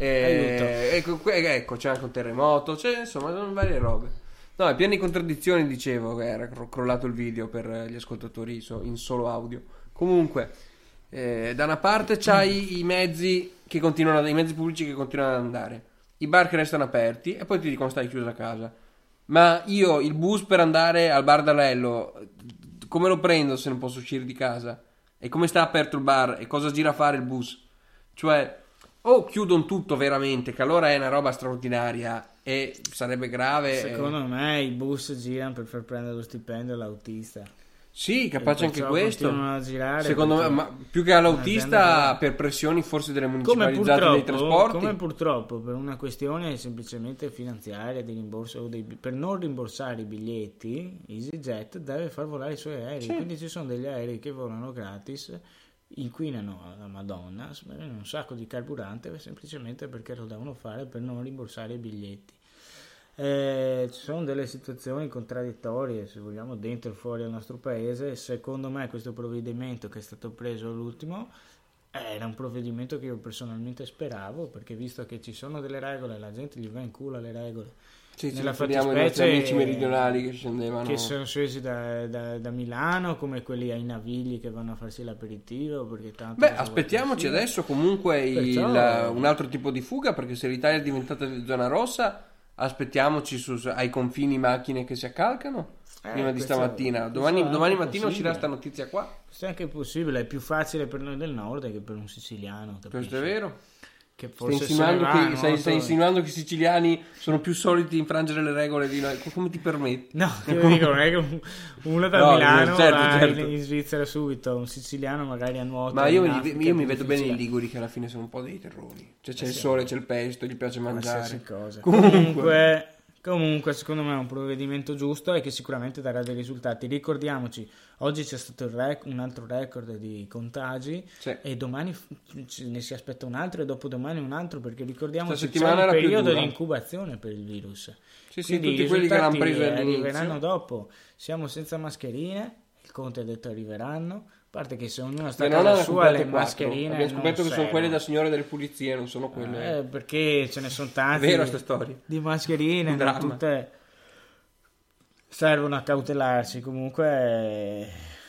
ecco, c'è anche un terremoto, c'è, insomma, sono varie robe. No, è piena di contraddizioni, dicevo, che era crollato il video per gli ascoltatori in solo audio. Comunque, da una parte c'hai i mezzi pubblici che continuano ad andare, i bar che restano aperti e poi ti dicono stai chiuso a casa. Ma io il bus per andare al bar d'Alello come lo prendo se non posso uscire di casa? E come sta aperto il bar? E cosa gira a fare il bus? Cioè, o chiudono tutto veramente, che allora è una roba straordinaria e sarebbe grave. Secondo me i bus girano per far prendere lo stipendio all'autista. Sì, capace anche questo. Continuano a girare. Secondo me, ma più che all'autista, per pressioni forse delle municipalizzate dei trasporti. Come purtroppo, per una questione semplicemente finanziaria di rimborso, per non rimborsare i biglietti, EasyJet deve far volare i suoi aerei. Sì. Quindi ci sono degli aerei che volano gratis, inquinano la Madonna, spendono un sacco di carburante semplicemente perché lo devono fare per non rimborsare i biglietti. Ci sono delle situazioni contraddittorie, se vogliamo, dentro e fuori al nostro paese. Secondo me questo provvedimento che è stato preso all'ultimo era un provvedimento che io personalmente speravo, perché visto che ci sono delle regole, la gente gli va in culo alle regole. Sì, nella fattispecie i nostri amici meridionali che scendevano, che sono scesi da Milano, come quelli ai Navigli che vanno a farsi l'aperitivo, perché tanto aspettiamoci adesso comunque un altro tipo di fuga, perché se l'Italia è diventata zona rossa aspettiamoci ai confini macchine che si accalcano prima di stamattina. Domani mattina uscirà sta notizia qua. Questo è anche possibile, è più facile per noi del nord che per un siciliano, capisci? Questo è vero. Che stai insinuando che i siciliani sono più soliti infrangere le regole di noi. Come ti permetti? No, che dico, non è che uno da Milano certo. In Svizzera subito, un siciliano magari a nuoto. Ma io mi vedo bene i liguri che alla fine sono un po' dei terroni. Cioè c'è il sole, c'è il pesto, gli piace mangiare. Cosa. Comunque secondo me è un provvedimento giusto e che sicuramente darà dei risultati. Ricordiamoci, oggi c'è stato un altro record di contagi, sì. E domani ne si aspetta un altro e dopodomani un altro, perché ricordiamoci che c'è un periodo di incubazione per il virus. Sì, tutti quelli che l'hanno preso arriveranno dopo. Siamo senza mascherine, il Conte ha detto arriveranno. A parte che se ognuno sta a casa sua, le mascherine abbiamo scoperto che sono quelle da signore delle pulizie, non sono quelle perché ce ne sono tante vero sta storia di mascherine, non tutte servono a cautelarsi. Comunque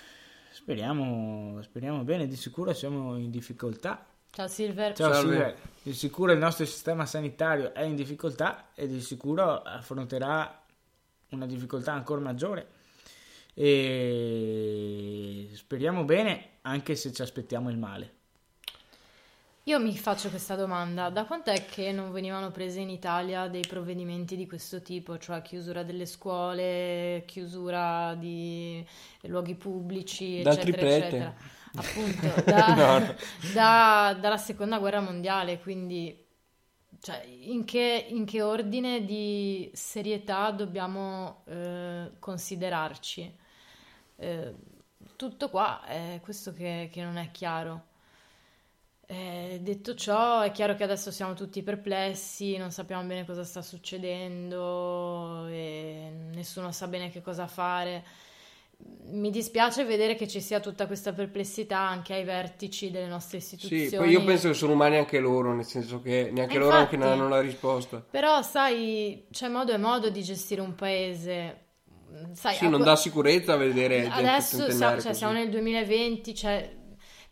speriamo bene, di sicuro siamo in difficoltà. Ciao Silver. Di sicuro il nostro sistema sanitario è in difficoltà e di sicuro affronterà una difficoltà ancora maggiore. E speriamo bene, anche se ci aspettiamo il male. Io mi faccio questa domanda: da quant'è che non venivano prese in Italia dei provvedimenti di questo tipo, cioè chiusura delle scuole, chiusura di luoghi pubblici, eccetera eccetera, appunto dalla seconda guerra mondiale? Quindi cioè, in che ordine di serietà dobbiamo considerarci? Tutto qua è questo che non è chiaro. Detto ciò, è chiaro che adesso siamo tutti perplessi, non sappiamo bene cosa sta succedendo e nessuno sa bene che cosa fare. Mi dispiace vedere che ci sia tutta questa perplessità anche ai vertici delle nostre istituzioni. Sì, poi io penso che sono umani anche loro, nel senso che neanche loro anche non hanno la risposta. Però sai, c'è modo e modo di gestire un paese. Sai, sì, non dà sicurezza vedere adesso siamo nel 2020,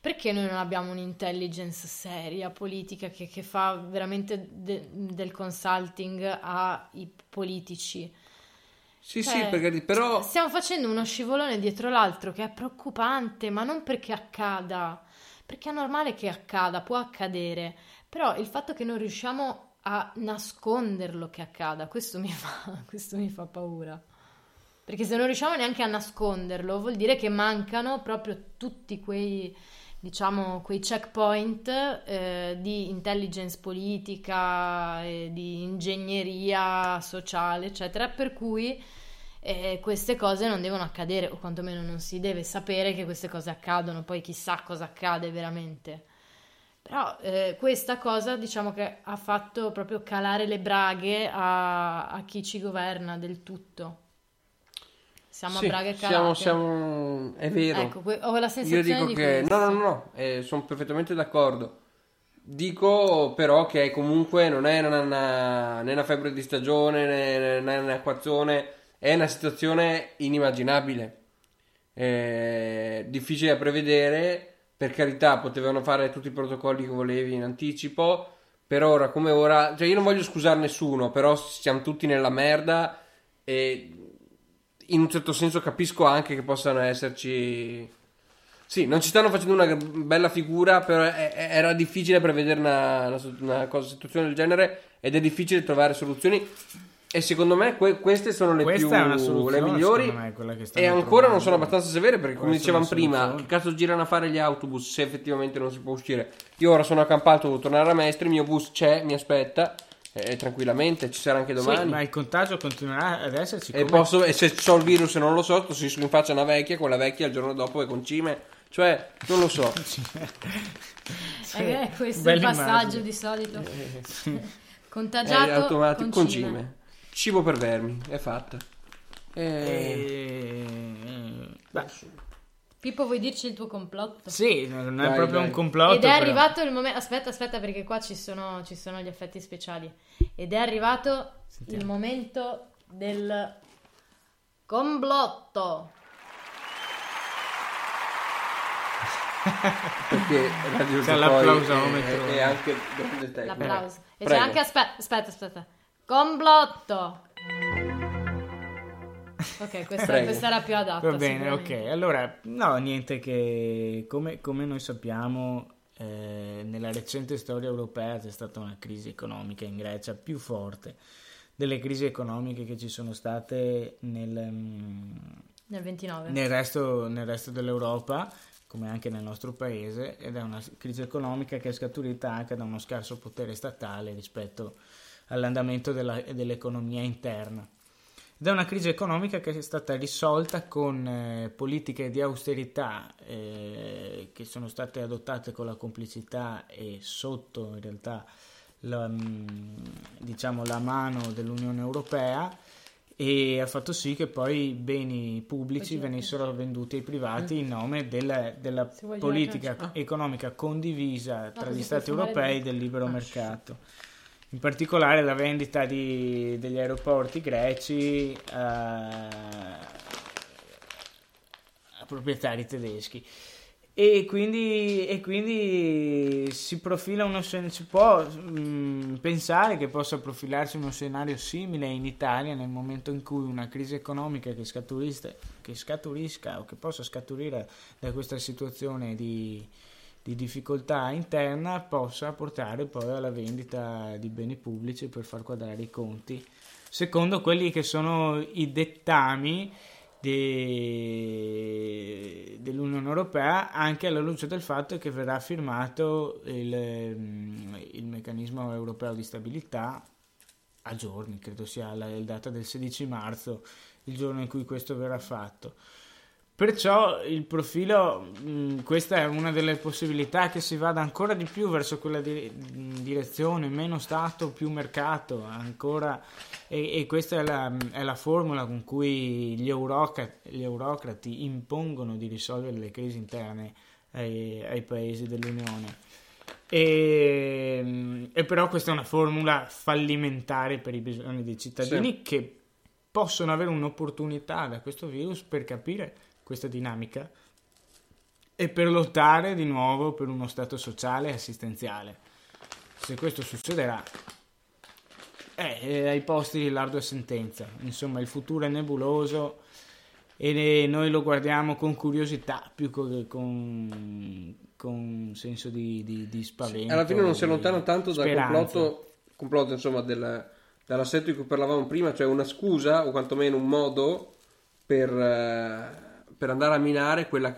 perché noi non abbiamo un'intelligence seria, politica, che fa veramente del consulting ai politici? Sì, Cioè, sì, perché però stiamo facendo uno scivolone dietro l'altro che è preoccupante, ma non perché accada, perché è normale che accada, può accadere, però il fatto che non riusciamo a nasconderlo che accada, questo mi fa paura. Perché se non riusciamo neanche a nasconderlo, vuol dire che mancano proprio tutti quei, diciamo, quei checkpoint di intelligence politica, di ingegneria sociale, eccetera, per cui queste cose non devono accadere, o quantomeno non si deve sapere che queste cose accadono, poi chissà cosa accade veramente. Però questa cosa, diciamo che ha fatto proprio calare le braghe a chi ci governa del tutto. Siamo sì, a braghe calate. è vero. Ecco, ho la Io sensazione dico di che questo. no, sono perfettamente d'accordo. Dico però che comunque non è né una febbre di stagione né un'acquazzone, è una situazione inimmaginabile. Difficile da prevedere. Per carità, potevano fare tutti i protocolli che volevi in anticipo. Per ora come ora, cioè io non voglio scusare nessuno, però siamo tutti nella merda e in un certo senso capisco anche che possano esserci. Sì, non ci stanno facendo una bella figura, però era difficile prevedere una situazione del genere ed è difficile trovare soluzioni. E secondo me queste sono le Questa più è una soluzione, le migliori, secondo me, quella che stanno e ancora trovando. non sono abbastanza severe perché, come Questa è una dicevamo prima, soluzione. che cazzo girano a fare gli autobus se effettivamente non si può uscire? Io ora sono accampato, devo tornare a Mestre, il mio bus c'è, mi aspetta tranquillamente, ci sarà anche domani. Sì, ma il contagio continuerà ad esserci. E se ho il virus e non lo so, si in faccia una vecchia, quella vecchia il giorno dopo è concime. Cioè, non lo so. Questo è bella il passaggio immagine. di solito. Contagiato, È automatico, concime. concime. Cibo per vermi, è fatta. Beh, Pippo, vuoi dirci il tuo complotto? sì, non è Vai, proprio vai. un complotto. Ed è però. arrivato il momento. Aspetta, perché qua ci sono gli effetti speciali. Ed è arrivato il momento del complotto. Perché Radio C'è Poi l'applausometro. è anche grande tecnico. L'applauso. E c'è Prego. anche. Aspetta. Complotto. Ok, questa Prego. era più adatta. Va bene, ok. sicuramente. Allora, no, niente che come noi sappiamo, nella recente storia europea c'è stata una crisi economica in Grecia più forte delle crisi economiche che ci sono state Nel 29. nel resto dell'Europa, come anche nel nostro paese, ed è una crisi economica che è scaturita anche da uno scarso potere statale rispetto all'andamento dell'economia interna. Ed è una crisi economica che è stata risolta con politiche di austerità che sono state adottate con la complicità e sotto in realtà la mano dell'Unione Europea, e ha fatto sì che poi i beni pubblici venissero venduti ai privati in nome della Se vuoi politica girare, economica condivisa tra così gli Stati puoi fumare europei dentro. del libero mercato. In particolare la vendita degli aeroporti greci a proprietari tedeschi. E quindi si profila si può pensare che possa profilarsi uno scenario simile in Italia nel momento in cui una crisi economica che scaturisca o che possa scaturire da questa situazione di difficoltà interna possa portare poi alla vendita di beni pubblici per far quadrare i conti secondo quelli che sono i dettami dell'Unione Europea, anche alla luce del fatto che verrà firmato il meccanismo europeo di stabilità a giorni, credo sia la data del 16 marzo, il giorno in cui questo verrà fatto. Perciò il profilo, questa è una delle possibilità, che si vada ancora di più verso quella direzione, meno Stato, più mercato, ancora, e questa è la formula con cui gli eurocrati impongono di risolvere le crisi interne ai paesi dell'Unione. E però questa è una formula fallimentare per i bisogni dei cittadini, sì, che possono avere un'opportunità da questo virus per capire questa dinamica e per lottare di nuovo per uno Stato sociale e assistenziale. Se questo succederà, ai posti l'ardua sentenza. Insomma, il futuro è nebuloso e noi lo guardiamo con curiosità più che con senso di spavento. Alla fine non si allontana tanto dal speranza. complotto insomma, dall'assetto di cui parlavamo prima, cioè una scusa o quantomeno un modo per andare a minare quelle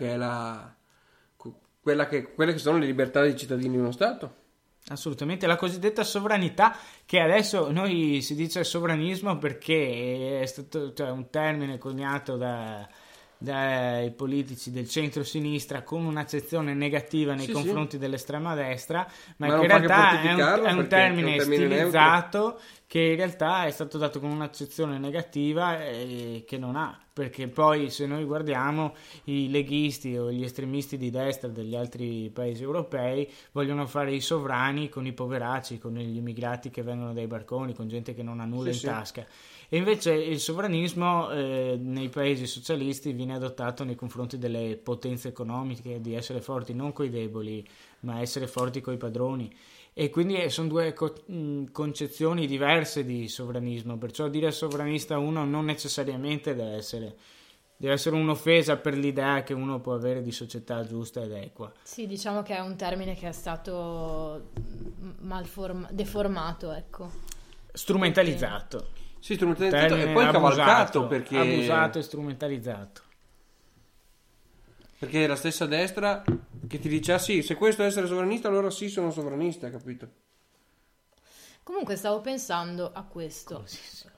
che sono le libertà dei cittadini di uno Stato. Assolutamente, la cosiddetta sovranità, che adesso noi si dice sovranismo perché è stato, cioè, un termine coniato dai politici del centro-sinistra con un'accezione negativa nei confronti dell'estrema destra, ma che in realtà è un termine stilizzato che in realtà è stato dato con un'accezione negativa che non ha, perché poi se noi guardiamo i leghisti o gli estremisti di destra degli altri paesi europei vogliono fare i sovrani con i poveracci, con gli immigrati che vengono dai barconi, con gente che non ha nulla in tasca. E invece il sovranismo nei paesi socialisti viene adottato nei confronti delle potenze economiche, di essere forti non coi deboli, ma essere forti coi padroni. E quindi sono due concezioni diverse di sovranismo, perciò dire sovranista uno non necessariamente deve essere un'offesa per l'idea che uno può avere di società giusta ed equa. Sì, diciamo che è un termine che è stato deformato, ecco. Strumentalizzato. Sì, strumentalizzato e poi cavalcato perché... Abusato e strumentalizzato. Perché è la stessa destra che ti dice, ah sì, se questo è essere sovranista, allora sì, sono sovranista, capito? Comunque stavo pensando a questo.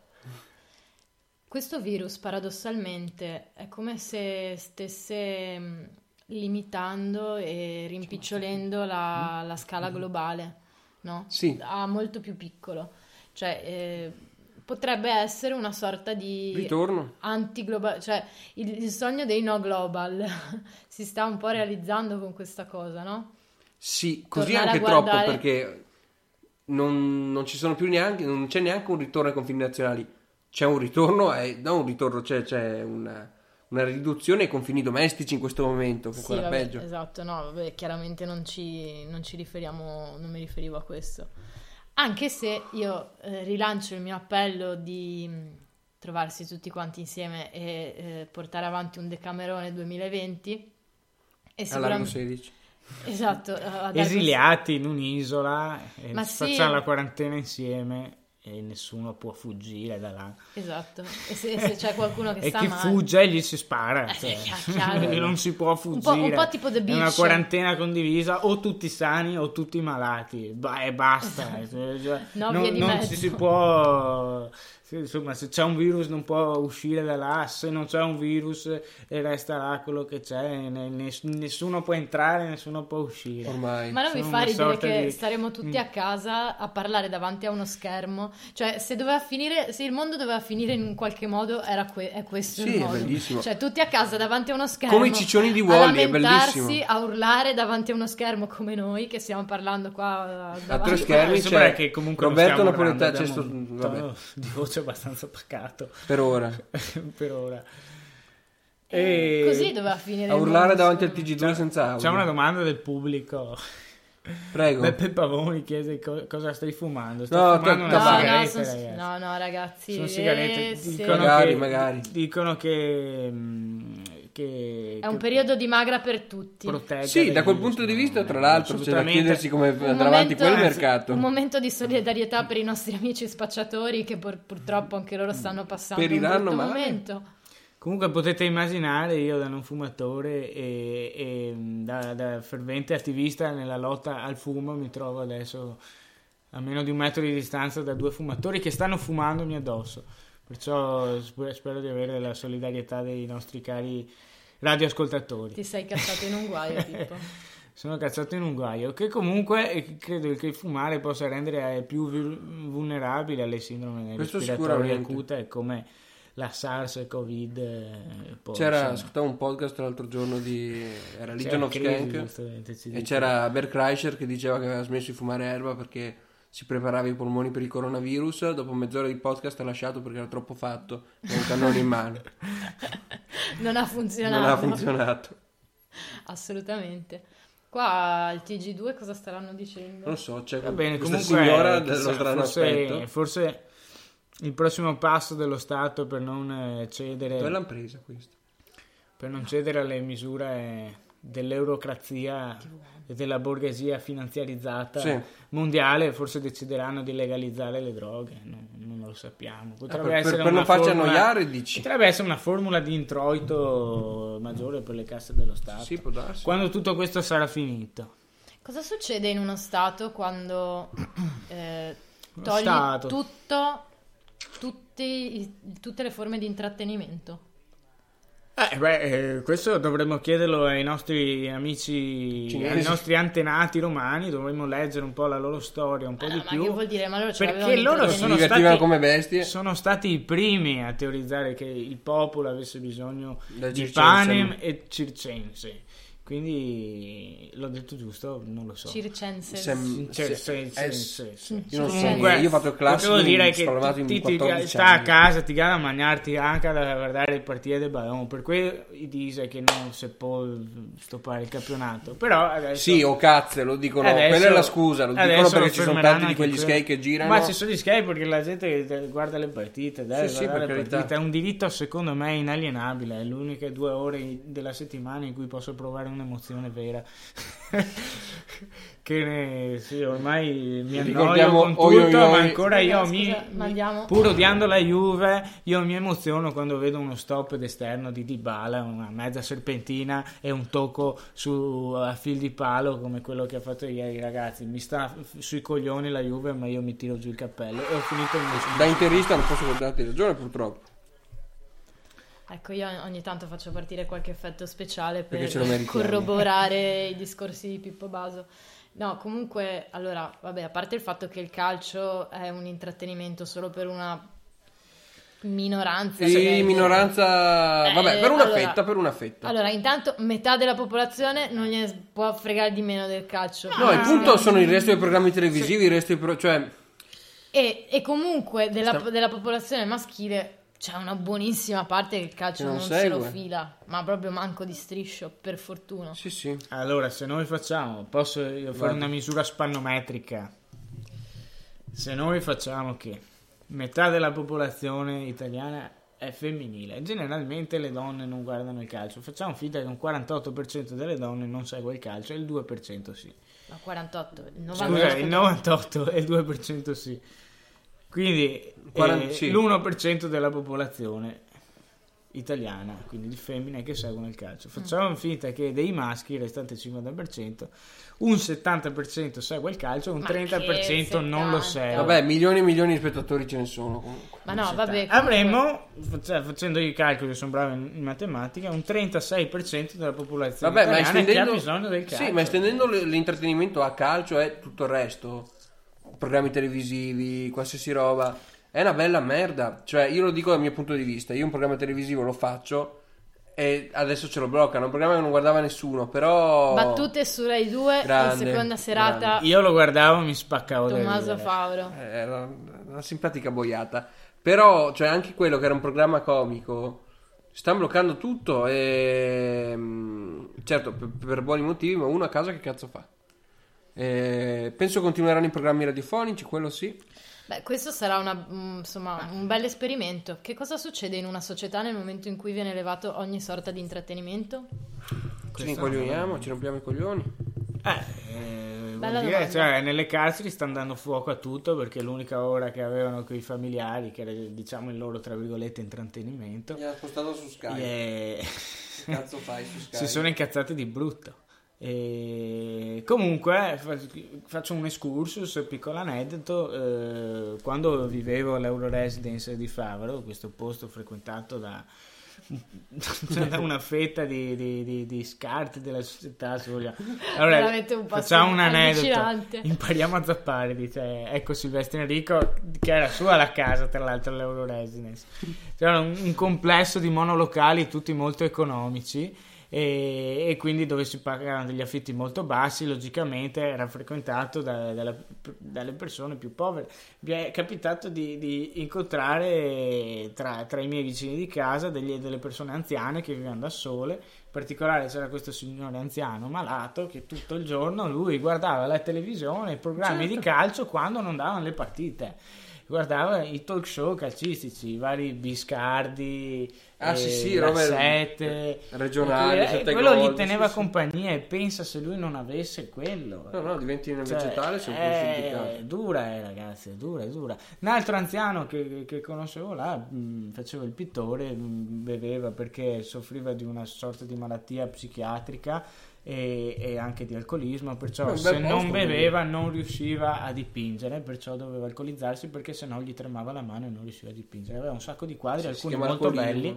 Questo virus, paradossalmente, è come se stesse limitando e rimpicciolendo la scala globale, no? Sì. A molto più piccolo. Cioè... potrebbe essere una sorta di ritorno antiglobal, cioè il sogno dei no global si sta un po' realizzando con questa cosa, no? Sì, così Tornare anche a guardare... troppo, perché non ci sono più non c'è neanche un ritorno ai confini nazionali, c'è un ritorno, c'è una riduzione ai confini domestici in questo momento, che è ancora peggio. Esatto, no, vabbè, chiaramente non ci riferiamo, non mi riferivo a questo. Anche se io rilancio il mio appello di trovarsi tutti quanti insieme e portare avanti un Decamerone 2020 e a largo 16. Esatto, esiliati in un'isola e facciamo la quarantena insieme e nessuno può fuggire da là. Esatto, e se c'è qualcuno che sta male e chi fugge gli si spara, non si può fuggire, un po' tipo The Beach. È una quarantena condivisa, o tutti sani o tutti malati, e basta. Non si può, insomma, se c'è un virus non può uscire da là, se non c'è un virus resta là quello che c'è, nessuno può entrare, nessuno può uscire ormai. Ma non vi fa ridere che staremo tutti a casa a parlare davanti a uno schermo? Cioè, se il mondo doveva finire in qualche modo, è questo il modo. È bellissimo. Cioè, tutti a casa davanti a uno schermo, come i ciccioni di Wall-E, è bellissimo, a urlare davanti a uno schermo come noi che stiamo parlando qua a tre schermi. C'è che comunque Roberto Napoletano, di voce abbastanza pacato per ora. Per ora. E così doveva finire a urlare davanti al TG2 senza audio. C'è una domanda del pubblico. Prego. Beppe Pavoni chiede cosa stai fumando. Fumando una sigaretta, no, ragazzi. Sono sigarette. Magari. Dicono che è un periodo di magra per tutti. Sì, da quel punto di vista, tra l'altro, c'è da chiedersi come andrà avanti quel mercato. Un momento di solidarietà per i nostri amici spacciatori che purtroppo anche loro stanno passando un brutto momento. Comunque potete immaginare, io da non fumatore e da fervente attivista nella lotta al fumo mi trovo adesso a meno di 1 metro di distanza da 2 fumatori che stanno fumandomi addosso, perciò spero di avere la solidarietà dei nostri cari radioascoltatori. Ti sei cazzato in un guaio, tipo. Sono cazzato in un guaio che comunque credo che il fumare possa rendere più vulnerabili alle sindrome respiratorie acute come la SARS e Covid. Ascoltavo un podcast l'altro giorno era Legion of Skank e c'era Bert Kreischer che diceva che aveva smesso di fumare erba perché si preparava i polmoni per il coronavirus. Dopo mezz'ora di podcast ha lasciato perché era troppo fatto, con un cannone in mano. Non ha funzionato. Assolutamente. Qua al TG2 cosa staranno dicendo? Non so, c'è Va bene, questa comunque signora chissà, dello strano aspetto. forse il prossimo passo dello Stato per non cedere, Dove l'hanno presa questa? per non cedere alle misure dell'eurocrazia e della borghesia finanziarizzata Sì. mondiale, forse decideranno di legalizzare le droghe, non lo sappiamo. Potrebbe essere Per una non farci formula- annoiare, dici? Potrebbe essere una formula di introito maggiore per le casse dello Stato. Sì, può darsi. Quando tutto questo sarà finito. Cosa succede in uno stato quando togli Stato. tutte le forme di intrattenimento? Questo dovremmo chiederlo ai nostri amici, Cinesi. ai nostri antenati romani, dovremmo leggere un po' la loro storia, un po' di Ma più. che vuol dire? Ma loro ce Perché l'avevano loro Si sono divertivano stati, come bestie. sono stati i primi a teorizzare che il popolo avesse bisogno Da di circense. panem e circense. Quindi l'ho detto giusto? Non lo so. Circense. Io non so, Comunque, io ho fatto il classico devo dire che spalmato in ti 14 sta a anni. casa, ti gana a mangiarti anche da guardare le partite del Ballon, per cui dice che non si può stoppare il campionato, però adesso Sì, o cazze, lo dicono, adesso- quella è la scusa, lo dicono adesso perché lo ci sono fermeranno tanti di anche quegli quello. skate che girano. Ma ci sono gli skate perché la gente che guarda le partite, deve Sì, sì, guardare per le carità. partite, è un diritto secondo me inalienabile, è l'unica 2 ore della settimana in cui posso provare un'emozione vera. Sì, ormai mi annoio Ricordiamo con oi, tutto, oi, oi. ma ancora io Scusa, mandiamo. pur odiando la Juve, io mi emoziono quando vedo uno stop d'esterno di Dybala, una mezza serpentina e un tocco a fil di palo come quello che ha fatto ieri. Ragazzi, mi sta sui coglioni la Juve, ma io mi tiro giù il cappello e ho finito il mio. Da interista non posso darti ragione, purtroppo. Ecco, io ogni tanto faccio partire qualche effetto speciale Perché ce per lo meritiamo. corroborare i discorsi di Pippo Baso. No, comunque, allora, vabbè, a parte il fatto che il calcio è un intrattenimento solo per una minoranza. Sì, perché- minoranza, vabbè, per una allora- fetta, per una fetta. Allora, intanto metà della popolazione non gliene può fregare di meno del calcio. No, il punto sono il resto dei programmi televisivi, il resto cioè E comunque della popolazione maschile c'è una buonissima parte che il calcio Che non se lo segue. fila, ma proprio manco di striscio, per fortuna. sì, sì. Allora, se noi facciamo, posso io fare Guarda. una misura spannometrica. Se noi facciamo che metà della popolazione italiana è femminile, generalmente le donne non guardano il calcio, facciamo finta che un 48% delle donne non segue il calcio e il 2% sì. Ma 48, il 90. Scusa, il 98% e il 2% sì. Quindi 40 sì. l'1% della popolazione italiana, quindi di femmine che seguono il calcio. Facciamo finta che dei maschi, il restante 50%, un 70% segue il calcio, un Ma 30% che non lo 70? segue. Vabbè, milioni e milioni di spettatori ce ne sono comunque. Ma no, vabbè. comunque- Avremmo, facendo i calcoli, sono bravo in matematica, un 36% della popolazione Vabbè, ma italiana che ha estendendo bisogno del calcio. Sì, ma estendendo l'intrattenimento a calcio e tutto il resto, programmi televisivi, qualsiasi roba, è una bella merda. Cioè, io lo dico dal mio punto di vista, io un programma televisivo lo faccio e adesso ce lo bloccano, un programma che non guardava nessuno, però Battute su Rai 2 Grande, in seconda serata, Io lo guardavo e mi spaccavo da Tommaso ridere. Fauro. Era una simpatica boiata. Però, cioè, anche quello che era un programma comico, stanno bloccando tutto e certo, per buoni motivi, ma uno a casa che cazzo fa? Penso continueranno i programmi radiofonici, quello sì. Beh, questo sarà insomma, un bel esperimento. Che cosa succede in una società nel momento in cui viene levato ogni sorta di intrattenimento? Ci rincoglioniamo, ci rompiamo i coglioni. Vuol Bella dire, domanda. cioè, nelle carceri stanno dando fuoco a tutto perché l'unica ora che avevano con i familiari, che era diciamo il loro tra virgolette intrattenimento, Mi ha spostato su Sky. e- Che cazzo fai su Sky? si sono incazzati di brutto. E comunque faccio un excursus, piccolo aneddoto. Quando vivevo all'Euroresidence di Favaro, questo posto frequentato da una fetta di scarti della società, se vogliamo. Allora, Veramente un passo facciamo un aneddoto, allucinante. impariamo a zappare, dice, ecco Silvestro Enrico, che era sua la casa tra l'altro all'Euroresidence. C'era un complesso di monolocali tutti molto economici e quindi dove si pagano degli affitti molto bassi, logicamente era frequentato dalle persone più povere. Mi è capitato di incontrare tra i miei vicini di casa delle persone anziane che vivevano da sole. In particolare c'era questo signore anziano malato che tutto il giorno lui guardava la televisione, i programmi di calcio quando non davano le partite, guardava i talk show calcistici, i vari Biscardi, robe Sette regionali, Sette quello Gol, gli teneva sì. compagnia, e pensa se lui non avesse quello. No, diventi una Cioè, vegetale, sono è dura, ragazzi, è dura. Un altro anziano che conoscevo là, faceva il pittore, beveva perché soffriva di una sorta di malattia psichiatrica e anche di alcolismo, perciò se non beveva non riusciva a dipingere, perciò doveva alcolizzarsi perché sennò gli tremava la mano e non riusciva a dipingere. Aveva un sacco di quadri, alcuni molto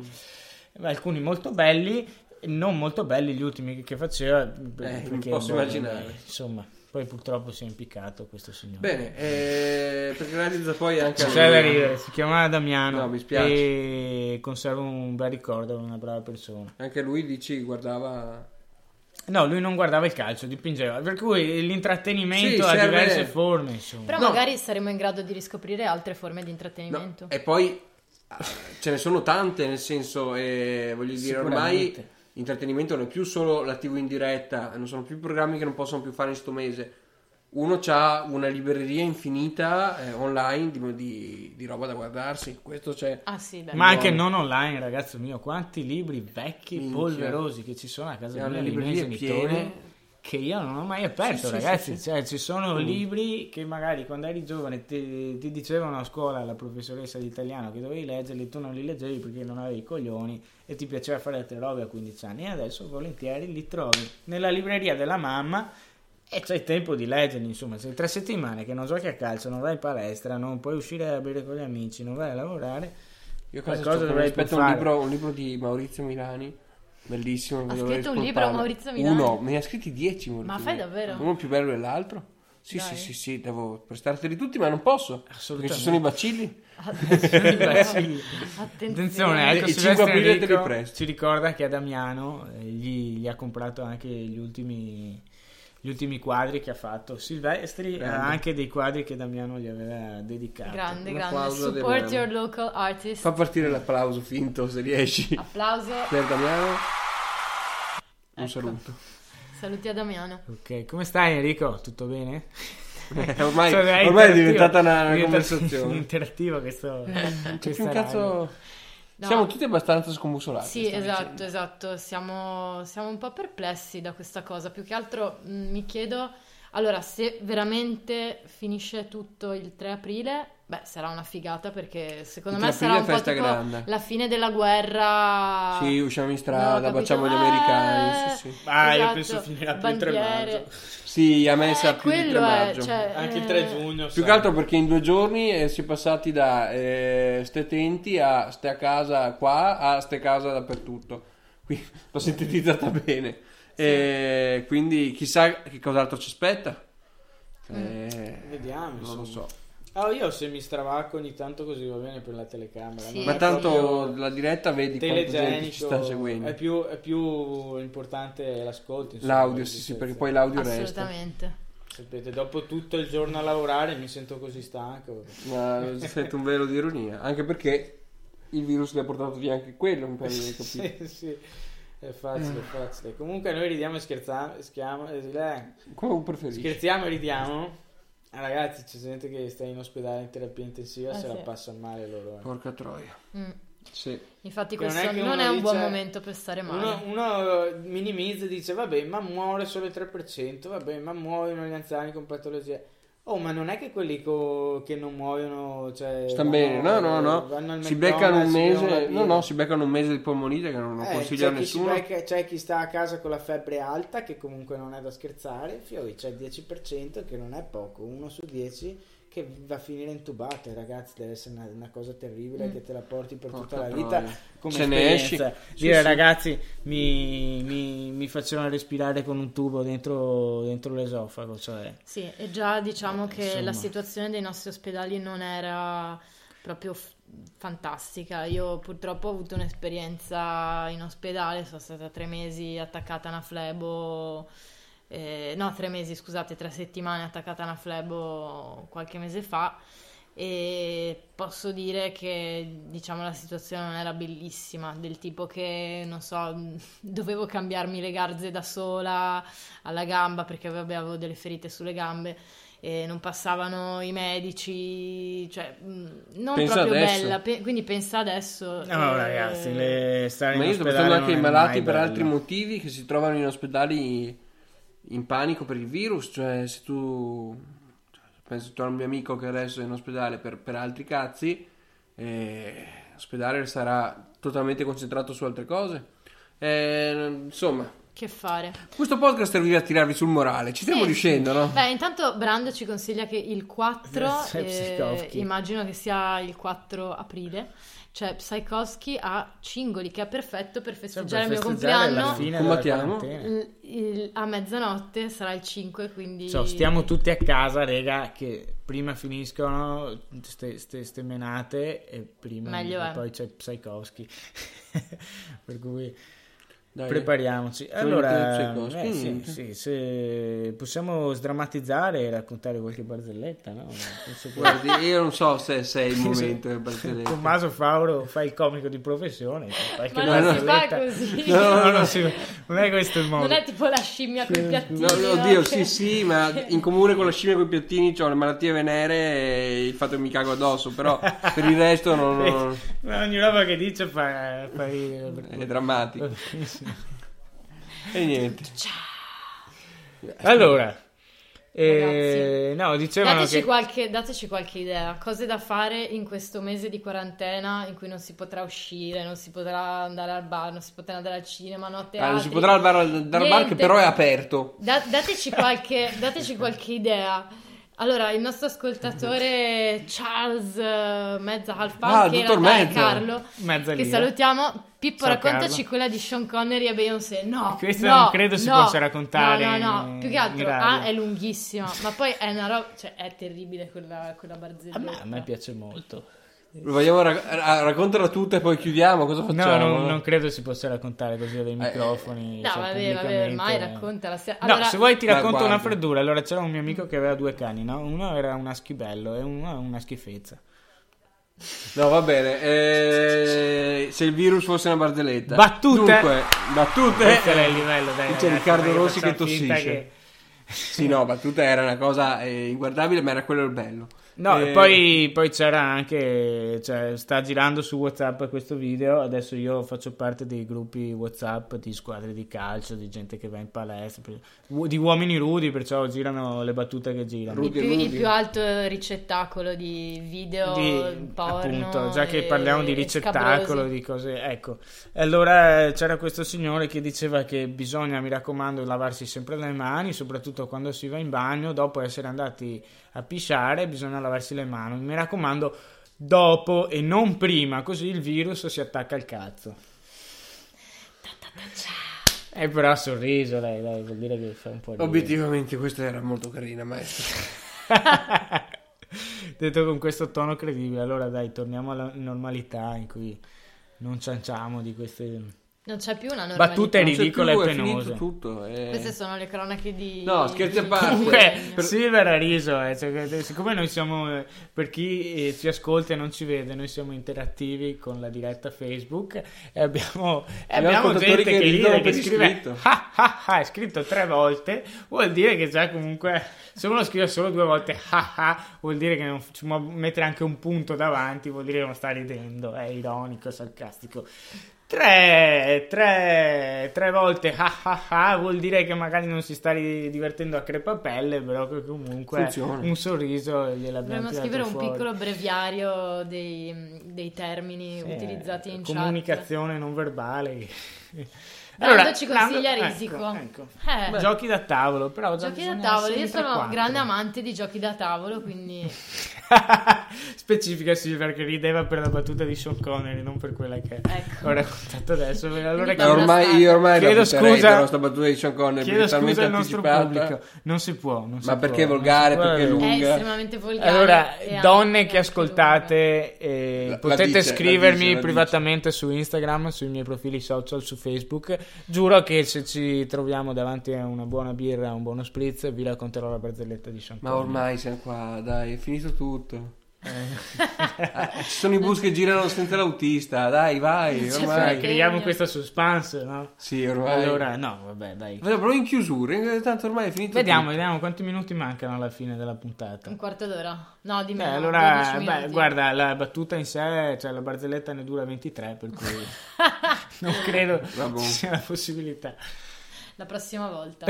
belli, non molto belli gli ultimi che faceva, perché posso immaginare. Insomma, poi purtroppo si è impiccato questo signore. Bene, perché realizza poi anche... C'è da ridere, si chiamava Damiano. No, mi spiace. E conservo un bel ricordo, una brava persona. Anche lui, dici, guardava... No, lui non guardava il calcio, dipingeva, per cui l'intrattenimento ha serve... diverse forme, insomma. Però magari saremo in grado di riscoprire altre forme di intrattenimento. E poi ce ne sono tante, nel senso, voglio dire, ormai intrattenimento non è più solo la TV in diretta, non sono più programmi che non possono più fare in sto mese. Uno c'ha una libreria infinita online di roba da guardarsi, questo c'è. Sì, dai. Ma anche non online, ragazzo mio, quanti libri vecchi, Minchia. Polverosi che ci sono a casa mia, dei miei librerie genitori, piene. che io non ho mai aperto, Sì, ragazzi. sì. Cioè, ci sono libri che magari quando eri giovane ti dicevano a scuola, la professoressa di italiano, che dovevi leggerli, tu non li leggevi perché non avevi i coglioni e ti piaceva fare altre robe a 15 anni, e adesso volentieri li trovi nella libreria della mamma. E c'hai tempo di leggerli, insomma, sei 3 settimane che non giochi a calcio, non vai in palestra, non puoi uscire a bere con gli amici, non vai a lavorare. Io qualcosa dovrei aspetto fare. un libro di Maurizio Milani, bellissimo. Ha dovrei scritto un libro spolparlo. Maurizio Milani? Uno, me ne ha scritti 10 Maurizio Ma fai Milani. davvero? Uno più bello dell'altro. Sì, Dai. sì, devo prestarteli tutti, ma non posso. Perché ci sono i bacilli. Attenzione, ecco, Il 5 Silvestro aprile te li Enrico presto. ci ricorda che a Damiano gli ha comprato anche gli ultimi quadri che ha fatto. Silvestri ha anche dei quadri che Damiano gli aveva dedicato. Grande, Un grande. applauso a Support Damiano. your local artist. Fa partire l'applauso finto se riesci. Applauso. Per Damiano. Un Ecco. saluto. Saluti a Damiano. Ok, come stai Enrico? Tutto bene? Ormai Cioè, è diventata una conversazione. interattiva questo. C'è più un cazzo. No. Siamo tutti abbastanza scombussolati. Sì, stavo dicendo. esatto. Siamo un po' perplessi da questa cosa. Più che altro mi chiedo, allora, se veramente finisce tutto il 3 aprile, beh, sarà una figata, perché secondo Il me 3 sarà un aprile po' festa tipo grande. la fine della guerra. Sì, usciamo in strada, No, capito? baciamo gli americani. Sì. Io penso finirà più il 3 bandiere. maggio. Sì, a me sa più di 3 Quello è, maggio. cioè, Anche il 3 giugno. Più che altro perché in 2 giorni si è passati da ste tenti a ste a casa qua a ste casa dappertutto. Qui l'ho sintetizzata bene. Quindi chissà che cos'altro ci aspetta. Vediamo, Non lo so. Io se mi stravacco ogni tanto così va bene per la telecamera. Sì. non Ma è tanto proprio la diretta vedi quanta gente ci sta seguendo. è più importante l'ascolto, insomma, L'audio, sì, perché poi l'audio resta. Assolutamente. sapete, dopo tutto il giorno a lavorare mi sento così stanco. Ma sento un velo di ironia, anche perché il virus le ha portato via anche quello, mi pare di capire. Sì, è facile. Comunque noi ridiamo e scherziamo, Come preferisci? scherziamo e ridiamo. Ragazzi, c'è gente che sta in ospedale in terapia intensiva, se sì. la passa male loro. Porca troia. Sì. Infatti Che non questo è che non uno è un buon dice- momento per stare male. Uno minimizza e dice vabbè, ma muore solo il 3%, vabbè, ma muoiono gli anziani con patologie. Oh, ma non è che quelli che non muoiono, cioè, Stanno bene, no. vanno al Si McDonald's, beccano un si bevono la mese, birra. no, si beccano un mese di polmonite che non lo consiglia c'è chi nessuno. c'è chi sta a casa con la febbre alta, che comunque non è da scherzare, fiori, c'è il 10% che non è poco, 1 su 10 che va a finire intubato, ragazzi, deve essere una cosa terribile che te la porti per Porca tutta la vita troia. come Se ne esperienza. esci. Dire Sì. ragazzi mi facevano respirare con un tubo dentro l'esofago, cioè Sì, e già diciamo che Insomma. la situazione dei nostri ospedali non era proprio fantastica. Io purtroppo ho avuto un'esperienza in ospedale, sono stata 3 mesi attaccata a una flebo, 3 mesi, scusate, 3 settimane attaccata a una flebo qualche mese fa, e posso dire che, diciamo, la situazione non era bellissima, del tipo che, non so, dovevo cambiarmi le garze da sola alla gamba perché avevo delle ferite sulle gambe e non passavano i medici, cioè non Pensa proprio adesso. bella, quindi pensa adesso. No, ragazzi, stare Ma in io sto ospedale pensando anche ai non è malati mai per bello. altri motivi che si trovano in ospedali in panico per il virus, cioè se tu penso tu a un mio amico che adesso è in ospedale per altri cazzi, l'ospedale sarà totalmente concentrato su altre cose. Insomma, Che fare? questo podcast serviva a tirarvi sul morale, ci stiamo Sì. riuscendo, no? Beh, intanto Brando ci consiglia che il 4, Psychowski. immagino che sia il 4 aprile, cioè Psychowski a Cingoli, che è perfetto per festeggiare il mio festeggiare la compleanno. fine Combattiamo. della quarantena. A mezzanotte sarà il 5, quindi Cioè, stiamo tutti a casa, rega, che prima finiscono ste menate e prima Meglio è. poi c'è Psychowski. Per cui Dai, prepariamoci. Siamo Allora, diventati Psychowski, niente. sì, se possiamo sdrammatizzare e raccontare qualche barzelletta, no? Penso che guardi, io non so se è il momento del barzelletta. Tommaso Fauro fa il comico di professione, qualche Ma non si fa barzelletta. così. No, non è questo il modo. Non è tipo la scimmia con i piattini. No, oddio, sì, ma in comune con la scimmia con i piattini c'ho le malattie venere e il fatto che mi cago addosso, però per il resto non Ma ogni roba che dice fa ridere. è drammatico. E niente. Allora, Ragazzi, no, dicevano dateci qualche idea, cose da fare in questo mese di quarantena in cui non si potrà uscire, non si potrà andare al bar, non si potrà andare al cinema, no, teatri. Non si potrà andare al bar che Niente. però è aperto. Dateci qualche idea. Allora, il nostro ascoltatore Charles Mezza Halfan, che in dottor realtà è Mezza. Carlo, Mezza che lira. salutiamo. Pippo, Ciao, raccontaci Carlo. quella di Sean Connery e Beyoncé. No, Questa no, non credo si no, possa raccontare No, in- più che in altro radio. è lunghissima, ma poi è una roba, cioè è terribile quella barzelletta. A me piace molto. Vogliamo raccontarla tutta e poi chiudiamo? Cosa No, facciamo? non credo si possa raccontare così dai microfoni. No, cioè, vabbè, pubblicamente. mai raccontala. No, Allora, se vuoi ti Ma racconto guarda. una freddura. Allora c'era un mio amico che aveva 2 cani, no? Uno era un husky bello e uno una schifezza. No, va bene. Se il virus fosse una barzelletta. Battute. Dunque, battute. Questo era il livello, dai. C'è ragazzi, Riccardo non è Rossi che facciamo finta tossisce. Sì, no, battute era una cosa inguardabile, ma era quello il bello. No, e poi c'era anche, cioè, sta girando su WhatsApp questo video. Adesso io faccio parte dei gruppi WhatsApp di squadre di calcio, di gente che va in palestra, di uomini rudi, perciò girano le battute che girano. il più alto ricettacolo di video porno, appunto, già che parliamo di e ricettacolo, scabrosi. di cose, ecco. E allora c'era questo signore che diceva che bisogna, mi raccomando, lavarsi sempre le mani, soprattutto quando si va in bagno, dopo essere andati a pisciare bisogna lavarsi le mani, mi raccomando, dopo e non prima, così il virus si attacca al cazzo. Però ha sorriso lei, vuol dire che fa un po' ridere. Obiettivamente questa era molto carina, maestro. Detto con questo tono credibile, allora dai, torniamo alla normalità in cui non cianciamo di queste Non c'è più una normalità. battute Non c'è ridicole più, e è finito penose. tutto. Queste sono le cronache di... No, scherzi a parte. Comunque, Silver ha riso, cioè, siccome noi siamo, per chi ci ascolta e non ci vede, noi siamo interattivi con la diretta Facebook e abbiamo ascoltatori gente che che ridono ride, che per scrive iscritto. è scritto 3 volte, vuol dire che già comunque, se uno scrive solo 2 volte vuol dire che non ci mettere anche un punto davanti, vuol dire che non sta ridendo, è ironico, sarcastico. 3 volte vuol dire che magari non si sta divertendo a crepapelle, però che comunque Funziona. un sorriso gliel'abbiamo Dovremmo tirato scrivere un fuori. piccolo breviario dei termini utilizzati in chat. Comunicazione non verbale. Brando ci consiglia Risico. Ecco. Eh. Giochi da tavolo, però Giochi da bisogna tavolo, essere io sono 3-4. grande amante di giochi da tavolo, quindi Specifica sì, perché rideva per la battuta di Sean Connery, non per quella che Ecco. ho raccontato adesso. Allora Quindi Io ormai Chiedo la butterei scusa- però sta battuta di Sean Connery chiedo perché è talmente scusa al nostro anticipata. pubblico, non si può. Ma perché è volgare, non si può perché è avere- è lunga. estremamente volgare. Allora, e donne anche che ascoltate, La potete dice, scrivermi la privatamente su Instagram, sui miei profili social, su Facebook. Giuro che se ci troviamo davanti a una buona birra, un buono spritz, vi racconterò la barzelletta di Sean Ma Connery. ormai siamo qua, dai, è finito tutto. Ci sono i bus che girano senza l'autista, dai, vai, C'è ormai. Creiamo questa suspense, no? Sì, ormai. Allora, no, vabbè, dai. Vado proprio in chiusura, tanto ormai è finito. Vediamo quanti minuti mancano alla fine della puntata. un quarto d'ora. No, di meno. Allora, 12 minuti. guarda, la battuta in sé, cioè la barzelletta ne dura 23, per cui non credo Vabbè. ci sia la possibilità. La prossima volta.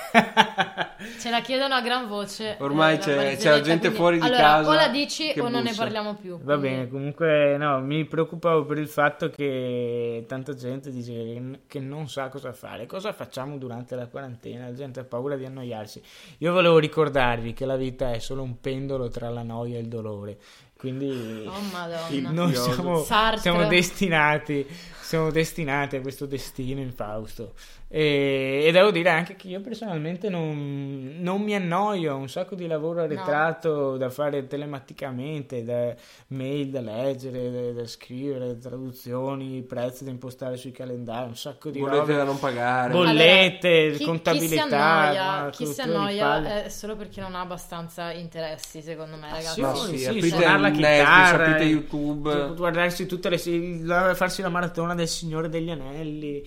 Ce la chiedono a gran voce. Ormai la c'è barzelletta, la gente quindi- fuori di allora, casa o la dici che o non ne bussa. parliamo più. Va quindi- bene, comunque no, mi preoccupavo per il fatto che tanta gente dice che non sa cosa fare. Cosa facciamo durante la quarantena? La gente ha paura di annoiarsi. Io volevo ricordarvi che la vita è solo un pendolo tra la noia e il dolore. Quindi Oh madonna. noi Sartre. siamo destinati a questo destino infausto. E devo dire anche che io personalmente non mi annoio, ho un sacco di lavoro arretrato da fare telematicamente, da mail da leggere, da scrivere, traduzioni, prezzi da impostare sui calendari, un sacco di Bollette robe. da non pagare. Bollette, Chi contabilità, chi si rottura di annoia palle. è solo perché non ha abbastanza interessi, secondo me, ragazzi. sì, Ma sì, sì, sì, aprite suonare la Netflix, chitarra, aprite YouTube. guardarsi tutte farsi la maratona del Signore degli Anelli,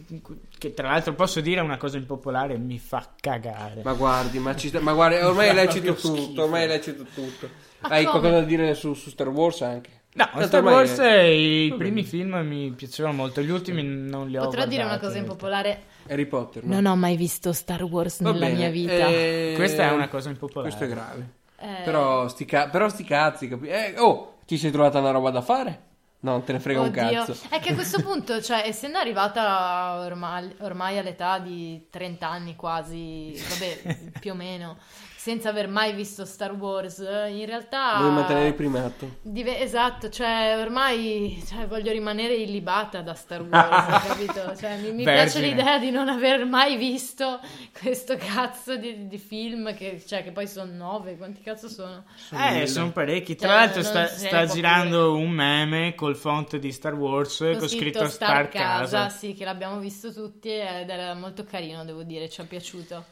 che tra l'altro posso dire una cosa impopolare, mi fa cagare. Ma guardi, ma guardi, ormai è lecito Proprio tutto, schifo. ormai è lecito tutto. Ma Hai come? qualcosa da dire su Star Wars anche? No, Tanto Star ormai Wars è- i primi film mi piacevano molto, gli ultimi non li ho Potrò dire una guardati, cosa in realtà. impopolare. Harry Potter, no? Non ho mai visto Star Wars Va nella bene, mia vita. Questa è una cosa impopolare. Questo è grave. Eh, Però sti cazzi, ti sei trovata una roba da fare? No, non te ne frega un oddio. cazzo. È che a questo punto, cioè, essendo arrivata ormai all'età di 30 anni quasi, vabbè, più o meno, senza aver mai visto Star Wars, in realtà... Devi mantenere il primato. Esatto, cioè ormai voglio rimanere illibata da Star Wars, capito? Cioè, mi piace Vergine. l'idea di non aver mai visto questo cazzo di film che poi sono 9, quanti cazzo sono? Sono parecchi. Tra Cioè, l'altro non sta se ne può girando un meme col font di Star Wars con scritto Star Casa. sì, che l'abbiamo visto tutti ed era molto carino, devo dire, ci è piaciuto.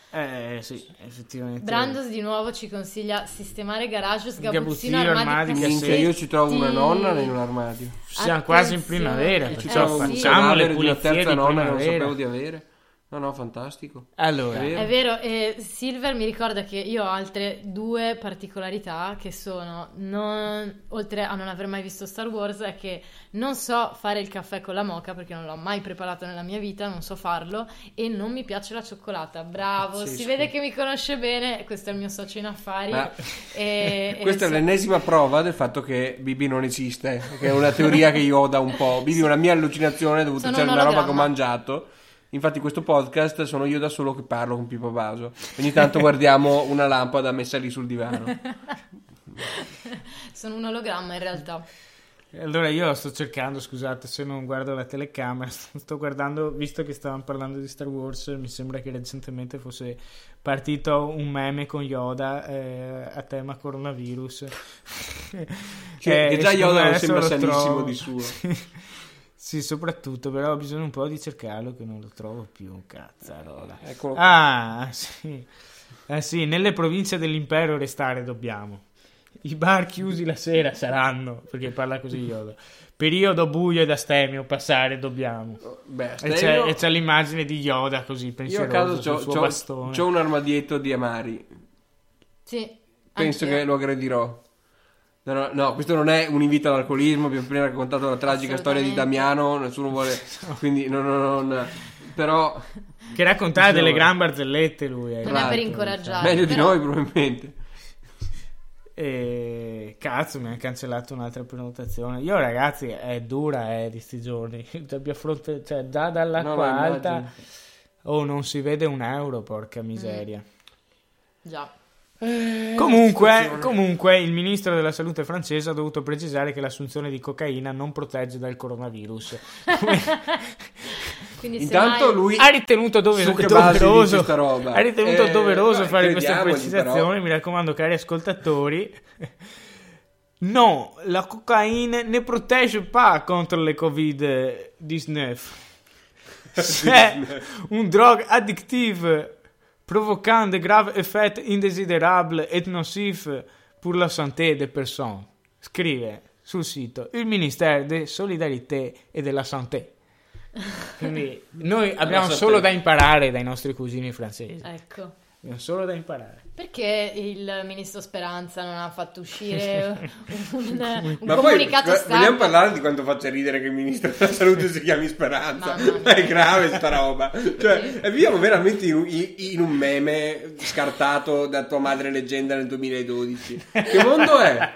Sì, effettivamente. Brandos di nuovo ci consiglia sistemare garage, sgabuzzino, Sgabuzzino, armadi, armadi, cassetti. Minchia, io ci trovo una nonna in un armadio. Siamo quasi in Attenzione. primavera, E ci perciò trovo un sì. facciamo le cadavere di una pulizie terza di nonna che non primavera. sapevo di avere. No, fantastico. Allora, È È vero, e Silver mi ricorda che io ho altre due particolarità che sono, oltre a non aver mai visto Star Wars, è che non so fare il caffè con la moka perché non l'ho mai preparato nella mia vita, non so farlo e non mi piace la cioccolata. Bravo, Pazzesco. si vede che mi conosce bene, questo è il mio socio in affari. Ma- E Questa è adesso- l'ennesima prova del fatto che Bibi non esiste, che è una teoria che io ho da un po'. Bibi è una mia allucinazione dovuta Sono a un una roba che ho ologramma. mangiato. Infatti questo podcast sono io da solo che parlo con Pippo Baso. Ogni tanto guardiamo una lampada messa lì sul divano. Sono un ologramma in realtà. allora io sto cercando, scusate se non guardo la telecamera, sto guardando, visto che stavamo parlando di Star Wars, mi sembra che recentemente fosse partito un meme con Yoda a tema coronavirus. Che già secondo Yoda me non sembra adesso lo sanissimo trovo. di suo. Sì, soprattutto, però ho bisogno un po' di cercarlo che non lo trovo più, cazzarola. Eccolo. Ah, sì. Sì, nelle province dell'impero restare dobbiamo. I bar chiusi la sera saranno, perché parla così Yoda. Periodo buio ed astemio passare dobbiamo. Beh, E c'è l'immagine di Yoda così io a pensieroso caso sul suo bastone. c'ho un armadietto di amari. Sì. Penso anch'io. che lo aggredirò. No, questo non è un invito all'alcolismo. Abbiamo appena raccontato la tragica storia di Damiano. Nessuno vuole. Quindi, non. Però. Che raccontava delle Insomma. gran barzellette lui. Non è Esatto, per incoraggiare. meglio di però- noi, probabilmente. E cazzo, mi hanno cancellato un'altra prenotazione. Io, ragazzi, è dura di sti giorni. Cioè, già dall'acqua alta non si vede un euro, porca miseria. Già. Comunque il ministro della salute francese ha dovuto precisare che l'assunzione di cocaina non protegge dal coronavirus. Quindi Intanto lui ha ritenuto doveroso fare questa precisazione. Mi raccomando, cari ascoltatori, no, la cocaina ne protegge pas contre le Covid-19. C'est un drogue addictive provoquant de graves effets indésirables et nocifs pour la santé des personnes, scrive sul sito il Ministero de Solidarité e della Santé. Quindi noi abbiamo solo da imparare dai nostri cugini francesi. Ecco. Abbiamo solo da imparare. Perché il ministro Speranza non ha fatto uscire un Ma comunicato poi stampa? vogliamo parlare di quanto faccia ridere che il ministro della salute si chiami Speranza? È grave sta roba. Cioè, viviamo veramente in un meme scartato da tua madre leggenda nel 2012. Che mondo è?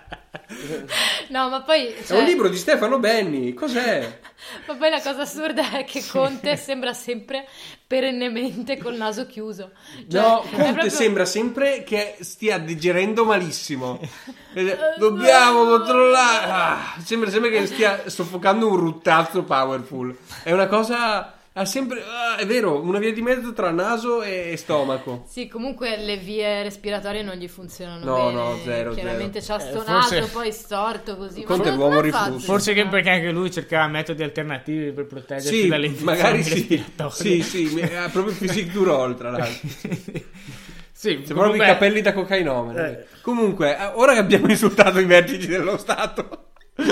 No, ma poi È un libro di Stefano Benni, cos'è? Ma poi la cosa assurda è che Conte sembra sempre perennemente col naso chiuso. Cioè, No, è Conte proprio- sembra sempre che stia digerendo malissimo. Dobbiamo controllare. Sembra sempre che stia soffocando un ruttazzo powerful. È una cosa. Ha sempre. È vero, una via di mezzo tra naso e stomaco. Sì, comunque le vie respiratorie non gli funzionano No, bene. no, zero, Chiaramente c'ha sto forse- naso poi storto così. Conte Ma è l'uomo come ha riflusso. fatto? Forse che perché anche lui cercava metodi alternativi per proteggersi Sì, dalle infezioni magari sì. respiratorie. Sì, ha proprio physique du role, tra l'altro. Sì, C'è proprio i capelli da cocainomane. Comunque, ora che abbiamo insultato i vertici dello Stato,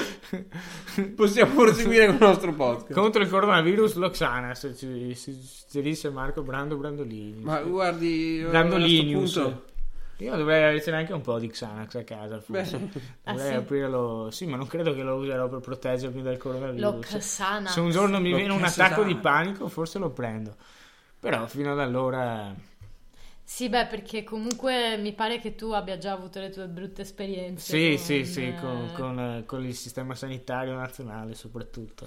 possiamo proseguire con il nostro podcast. contro il coronavirus l'Oxana, se ci suggerisce Marco Brandolini. Ma guardi, Brandolini, a questo punto- io dovrei avere anche un po' di Xanax a casa, forse. Ah, Dovrei sì? aprirlo. Sì, ma non credo che lo userò per proteggermi dal coronavirus. L'Oxana. Se un giorno mi viene un attacco di L'Oxana. panico, forse lo prendo. Però fino ad allora Sì, beh, perché comunque mi pare che tu abbia già avuto le tue brutte esperienze. sì, con il sistema sanitario nazionale soprattutto.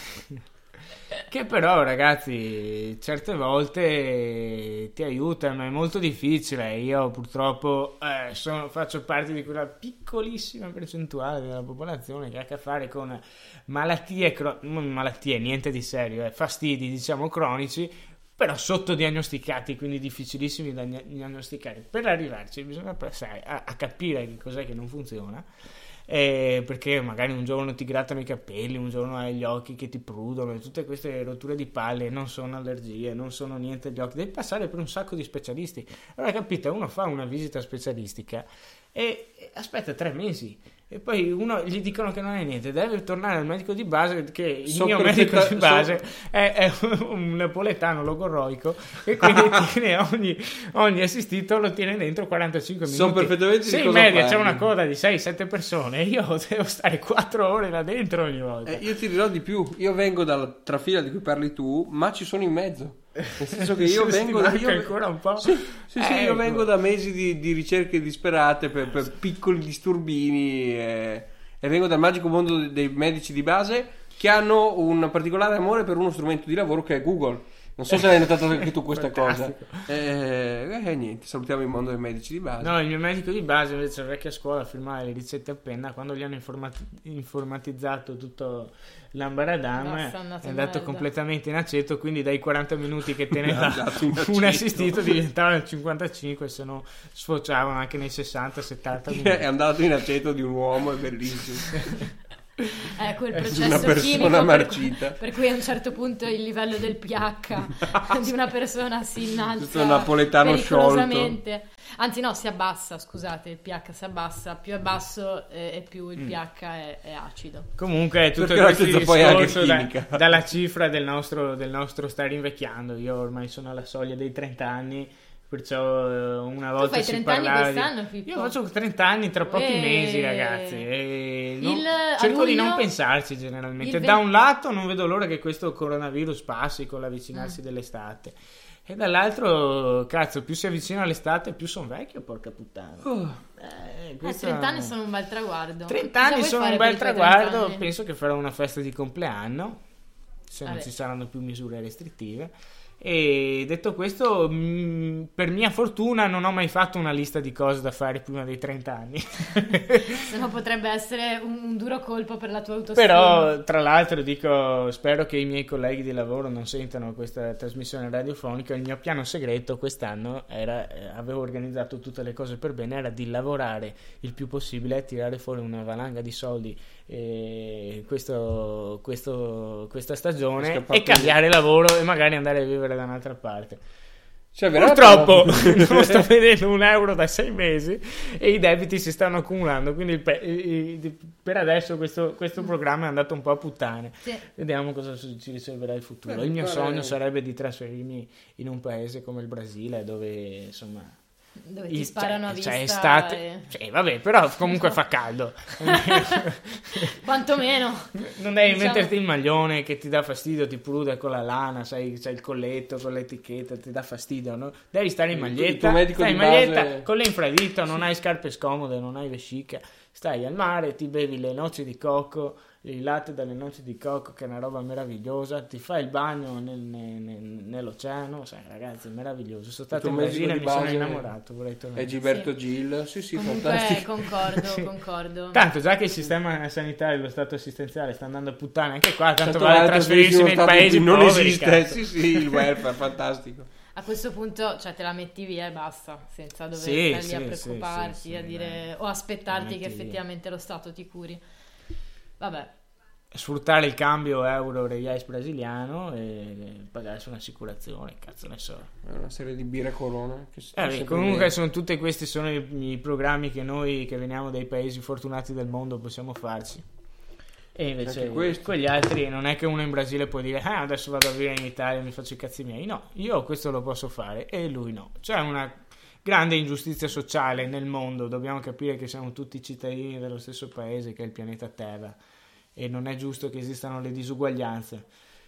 Che però, ragazzi, certe volte ti aiutano, è molto difficile. Io purtroppo faccio parte di quella piccolissima percentuale della popolazione che ha a che fare con malattie, non malattie, niente di serio, fastidi, diciamo, cronici, però sottodiagnosticati, quindi difficilissimi da diagnosticare. Per arrivarci bisogna passare a capire che cos'è che non funziona, perché magari un giorno ti grattano i capelli, un giorno hai gli occhi che ti prudono, e tutte queste rotture di palle non sono allergie, non sono niente agli occhi, devi passare per un sacco di specialisti. Allora, capite, uno fa una visita specialistica e aspetta 3 mesi e poi gli dicono che non è niente, deve tornare al medico di base, che il mio medico di base è un napoletano logorroico, e quindi tiene ogni assistito lo tiene dentro 45 minuti. So perfettamente di se in cosa media parli. c'è una coda di 6-7 persone, io devo stare 4 ore là dentro ogni volta. Io ti dirò di più, io vengo dalla trafila di cui parli tu, ma ci sono in mezzo. Nel senso che io vengo da ancora un po'. Sì, io Ecco. vengo da mesi di ricerche disperate per piccoli disturbini e vengo dal magico mondo dei medici di base che hanno un particolare amore per uno strumento di lavoro che è Google. Non so se hai notato anche tu questa cosa. Niente, salutiamo il mondo dei medici di base. No, il mio medico di base invece è vecchia scuola a firmare le ricette a penna. Quando gli hanno informatizzato tutto l'ambaradam, Basta, è andato è in andato merda. completamente in aceto, quindi dai 40 minuti che teneva Andato in aceto. un assistito diventavano 55, se no sfociavano anche nei 60-70 minuti. È andato in aceto di un uomo, è bellissimo. Quel È processo una persona chimico marcita. per cui a un certo punto il livello del pH di una persona si innalza Questo è un napoletano pericolosamente. Anzi no, si abbassa, scusate, il pH si abbassa, più è basso e più il pH è acido. Comunque tutto Perché la questo senza poi anche discorso chimica. dalla cifra del nostro stare invecchiando. Io ormai sono alla soglia dei 30 anni, perciò una volta fai si 30 anni parlava quest'anno, Pippo? Io faccio 30 anni tra pochi mesi, ragazzi, e a cerco di luglio- non pensarci generalmente. il Da 20 un lato non vedo l'ora che questo coronavirus passi con l'avvicinarsi dell'estate, E dall'altro, cazzo, più si avvicina l'estate, più sono vecchio, porca puttana. 30 anni sono un bel traguardo. 30 Cosa anni vuoi sono fare un per bel i tuoi 30 traguardo. anni? Penso che farò una festa di compleanno, se non Vabbè. ci saranno più misure restrittive. E detto questo, per mia fortuna non ho mai fatto una lista di cose da fare prima dei 30 anni. Se no potrebbe essere un duro colpo per la tua autostima. Però, tra l'altro, dico, spero che i miei colleghi di lavoro non sentano questa trasmissione radiofonica. Il mio piano segreto quest'anno era, avevo organizzato tutte le cose per bene, era di lavorare il più possibile, tirare fuori una valanga di soldi questa stagione Scappato e cambiare lavoro e magari andare a vivere da un'altra parte. Cioè, veramente Purtroppo non sto vedendo un euro da 6 mesi e i debiti si stanno accumulando, quindi per adesso questo programma è andato un po' a puttane. Sì. Vediamo cosa ci riserverà il futuro. Beh, Il mio pare- sogno sarebbe di trasferirmi in un paese come il Brasile, dove insomma Dove ti sparano a vista. c'è estate, e- cioè, vabbè, però comunque fa caldo. Quantomeno. Non devi Diciamo- metterti il maglione che ti dà fastidio, ti prude con la lana, sai, c'hai il colletto con l'etichetta, ti dà fastidio, no? Devi stare in Il maglietta, tuo medico stai in di maglietta base- con le infradito, non hai scarpe scomode, non hai vescica, stai al mare, ti bevi le noci di cocco, il latte dalle noci di cocco che è una roba meravigliosa, ti fai il bagno nell'oceano, sai ragazzi, è meraviglioso. Sono stato Il in tuo medico Brasile e di mi sono base innamorato, vorrei tornare. È Gilberto Sì. Gil. Sì, Comunque fantastico. concordo. Tanto già che il sistema sanitario, lo stato assistenziale sta andando a puttane anche qua, tanto Tanto vale vale trasferirsi nei stato paesi in cui non poveri, esiste. cazzo. Sì, sì, il welfare, fantastico. A questo punto, cioè, te la metti via e basta, senza dover Sì, stare lì a sì, preoccuparti, sì, a sì, dire, o la aspettarti metti che via. effettivamente lo Stato ti curi. Vabbè, Sfruttare il cambio euro-reais brasiliano e pagarsi un'assicurazione, cazzo ne so. È una serie di birre Corona. Che sempre Comunque bene. sono tutti questi sono i programmi che noi che veniamo dai paesi fortunati del mondo possiamo farci. E invece Anche questo. quegli altri non è che uno in Brasile può dire adesso vado a vivere in Italia e mi faccio i cazzi miei. No, io questo lo posso fare e lui no. C'è una grande ingiustizia sociale nel mondo, dobbiamo capire che siamo tutti cittadini dello stesso paese che è il pianeta Terra e non è giusto che esistano le disuguaglianze.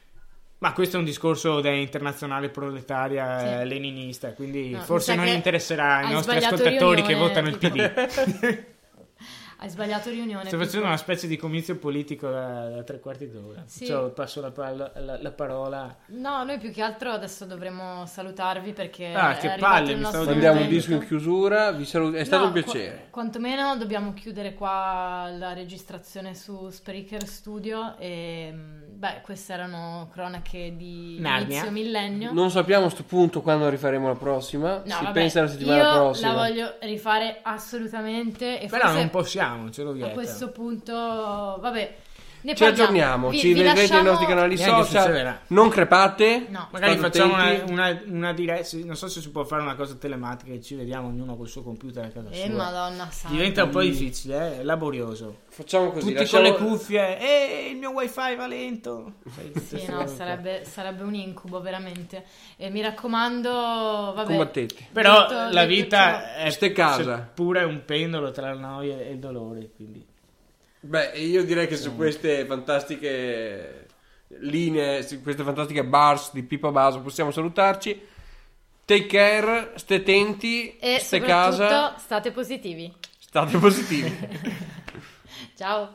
Ma questo è un discorso da internazionale proletaria Sì. leninista, quindi No, forse mi sa non che interesserà ai hai nostri sbagliato ascoltatori che riunione, votano il tipo. PD. hai sbagliato riunione. Sto Pippo. facendo una specie di comizio politico da 3/4 d'ora. Sì. Cioè, passo la parola. No, noi più che altro adesso dovremmo salutarvi perché Ah, è che arrivato palle, il mi nostro stavo Mandiamo un momento. disco in chiusura. È stato No, un piacere. Quantomeno dobbiamo chiudere qua la registrazione su Spreaker Studio e beh, queste erano cronache di Narnia. inizio millennio. Non sappiamo a sto punto quando rifaremo la prossima. No, Si vabbè, pensa alla settimana io prossima. la voglio rifare assolutamente e Però forse non possiamo, ce lo a vieta. questo punto vabbè, ne Ci parliamo. aggiorniamo, ci Vi vedrete lasciamo- nei nostri canali Neanche social. succederà. Non crepate. No. Magari state facciamo attenti. una diretta. Non so se si può fare una cosa telematica e ci vediamo ognuno col suo computer a casa sua. Madonna santa. Diventa un po' difficile, laborioso. Facciamo così. Tutti lasciamo- con le cuffie, il mio wifi va lento. Sì, no, sarebbe un incubo veramente. E mi raccomando, vabbè. Combattete. Però detto- la detto vita ciò- è Ste casa. pure un pendolo tra la noia e il dolore, quindi. Beh, io direi che su queste fantastiche linee, su queste fantastiche bars di Pippo Baso possiamo salutarci. Take care, state attenti, E state soprattutto casa, state positivi. state positivi. Ciao.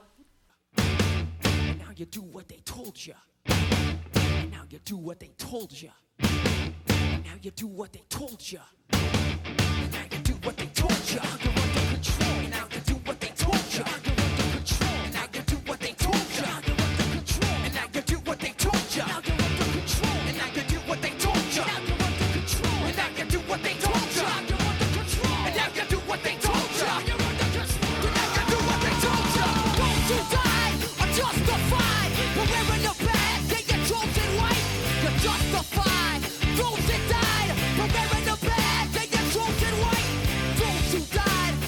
And now you do what they told you. And now you do what they told you. And now you do what they told you. And now you do what they told you. You're under control. And now you do what they told you. You're under control. And now you do what they told you. You're under control. And now you do what they told you. Now you're under control. And now you do what they told you. Now you're under control. And now you do what they told you. You're under control. And now you do what they told you. You're under control. And now you do what they told you. Those who died are justified. But wearing the bad, they get chosen white. You're justified. Those that died, but wearing the bad, they get chosen white. Those who died,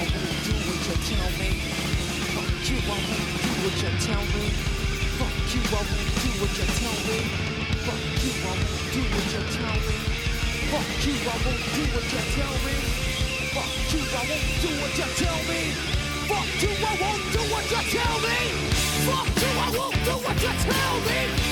won't do what you tell me. Fuck you, I won't do what you tell me. Fuck you, I won't do what you tell me. Fuck you, I won't do what you tell me. Fuck you, I won't do what you tell me. Fuck you, I won't do what you tell me. Fuck you, I won't do what you tell me. Fuck you, I won't do what you tell me.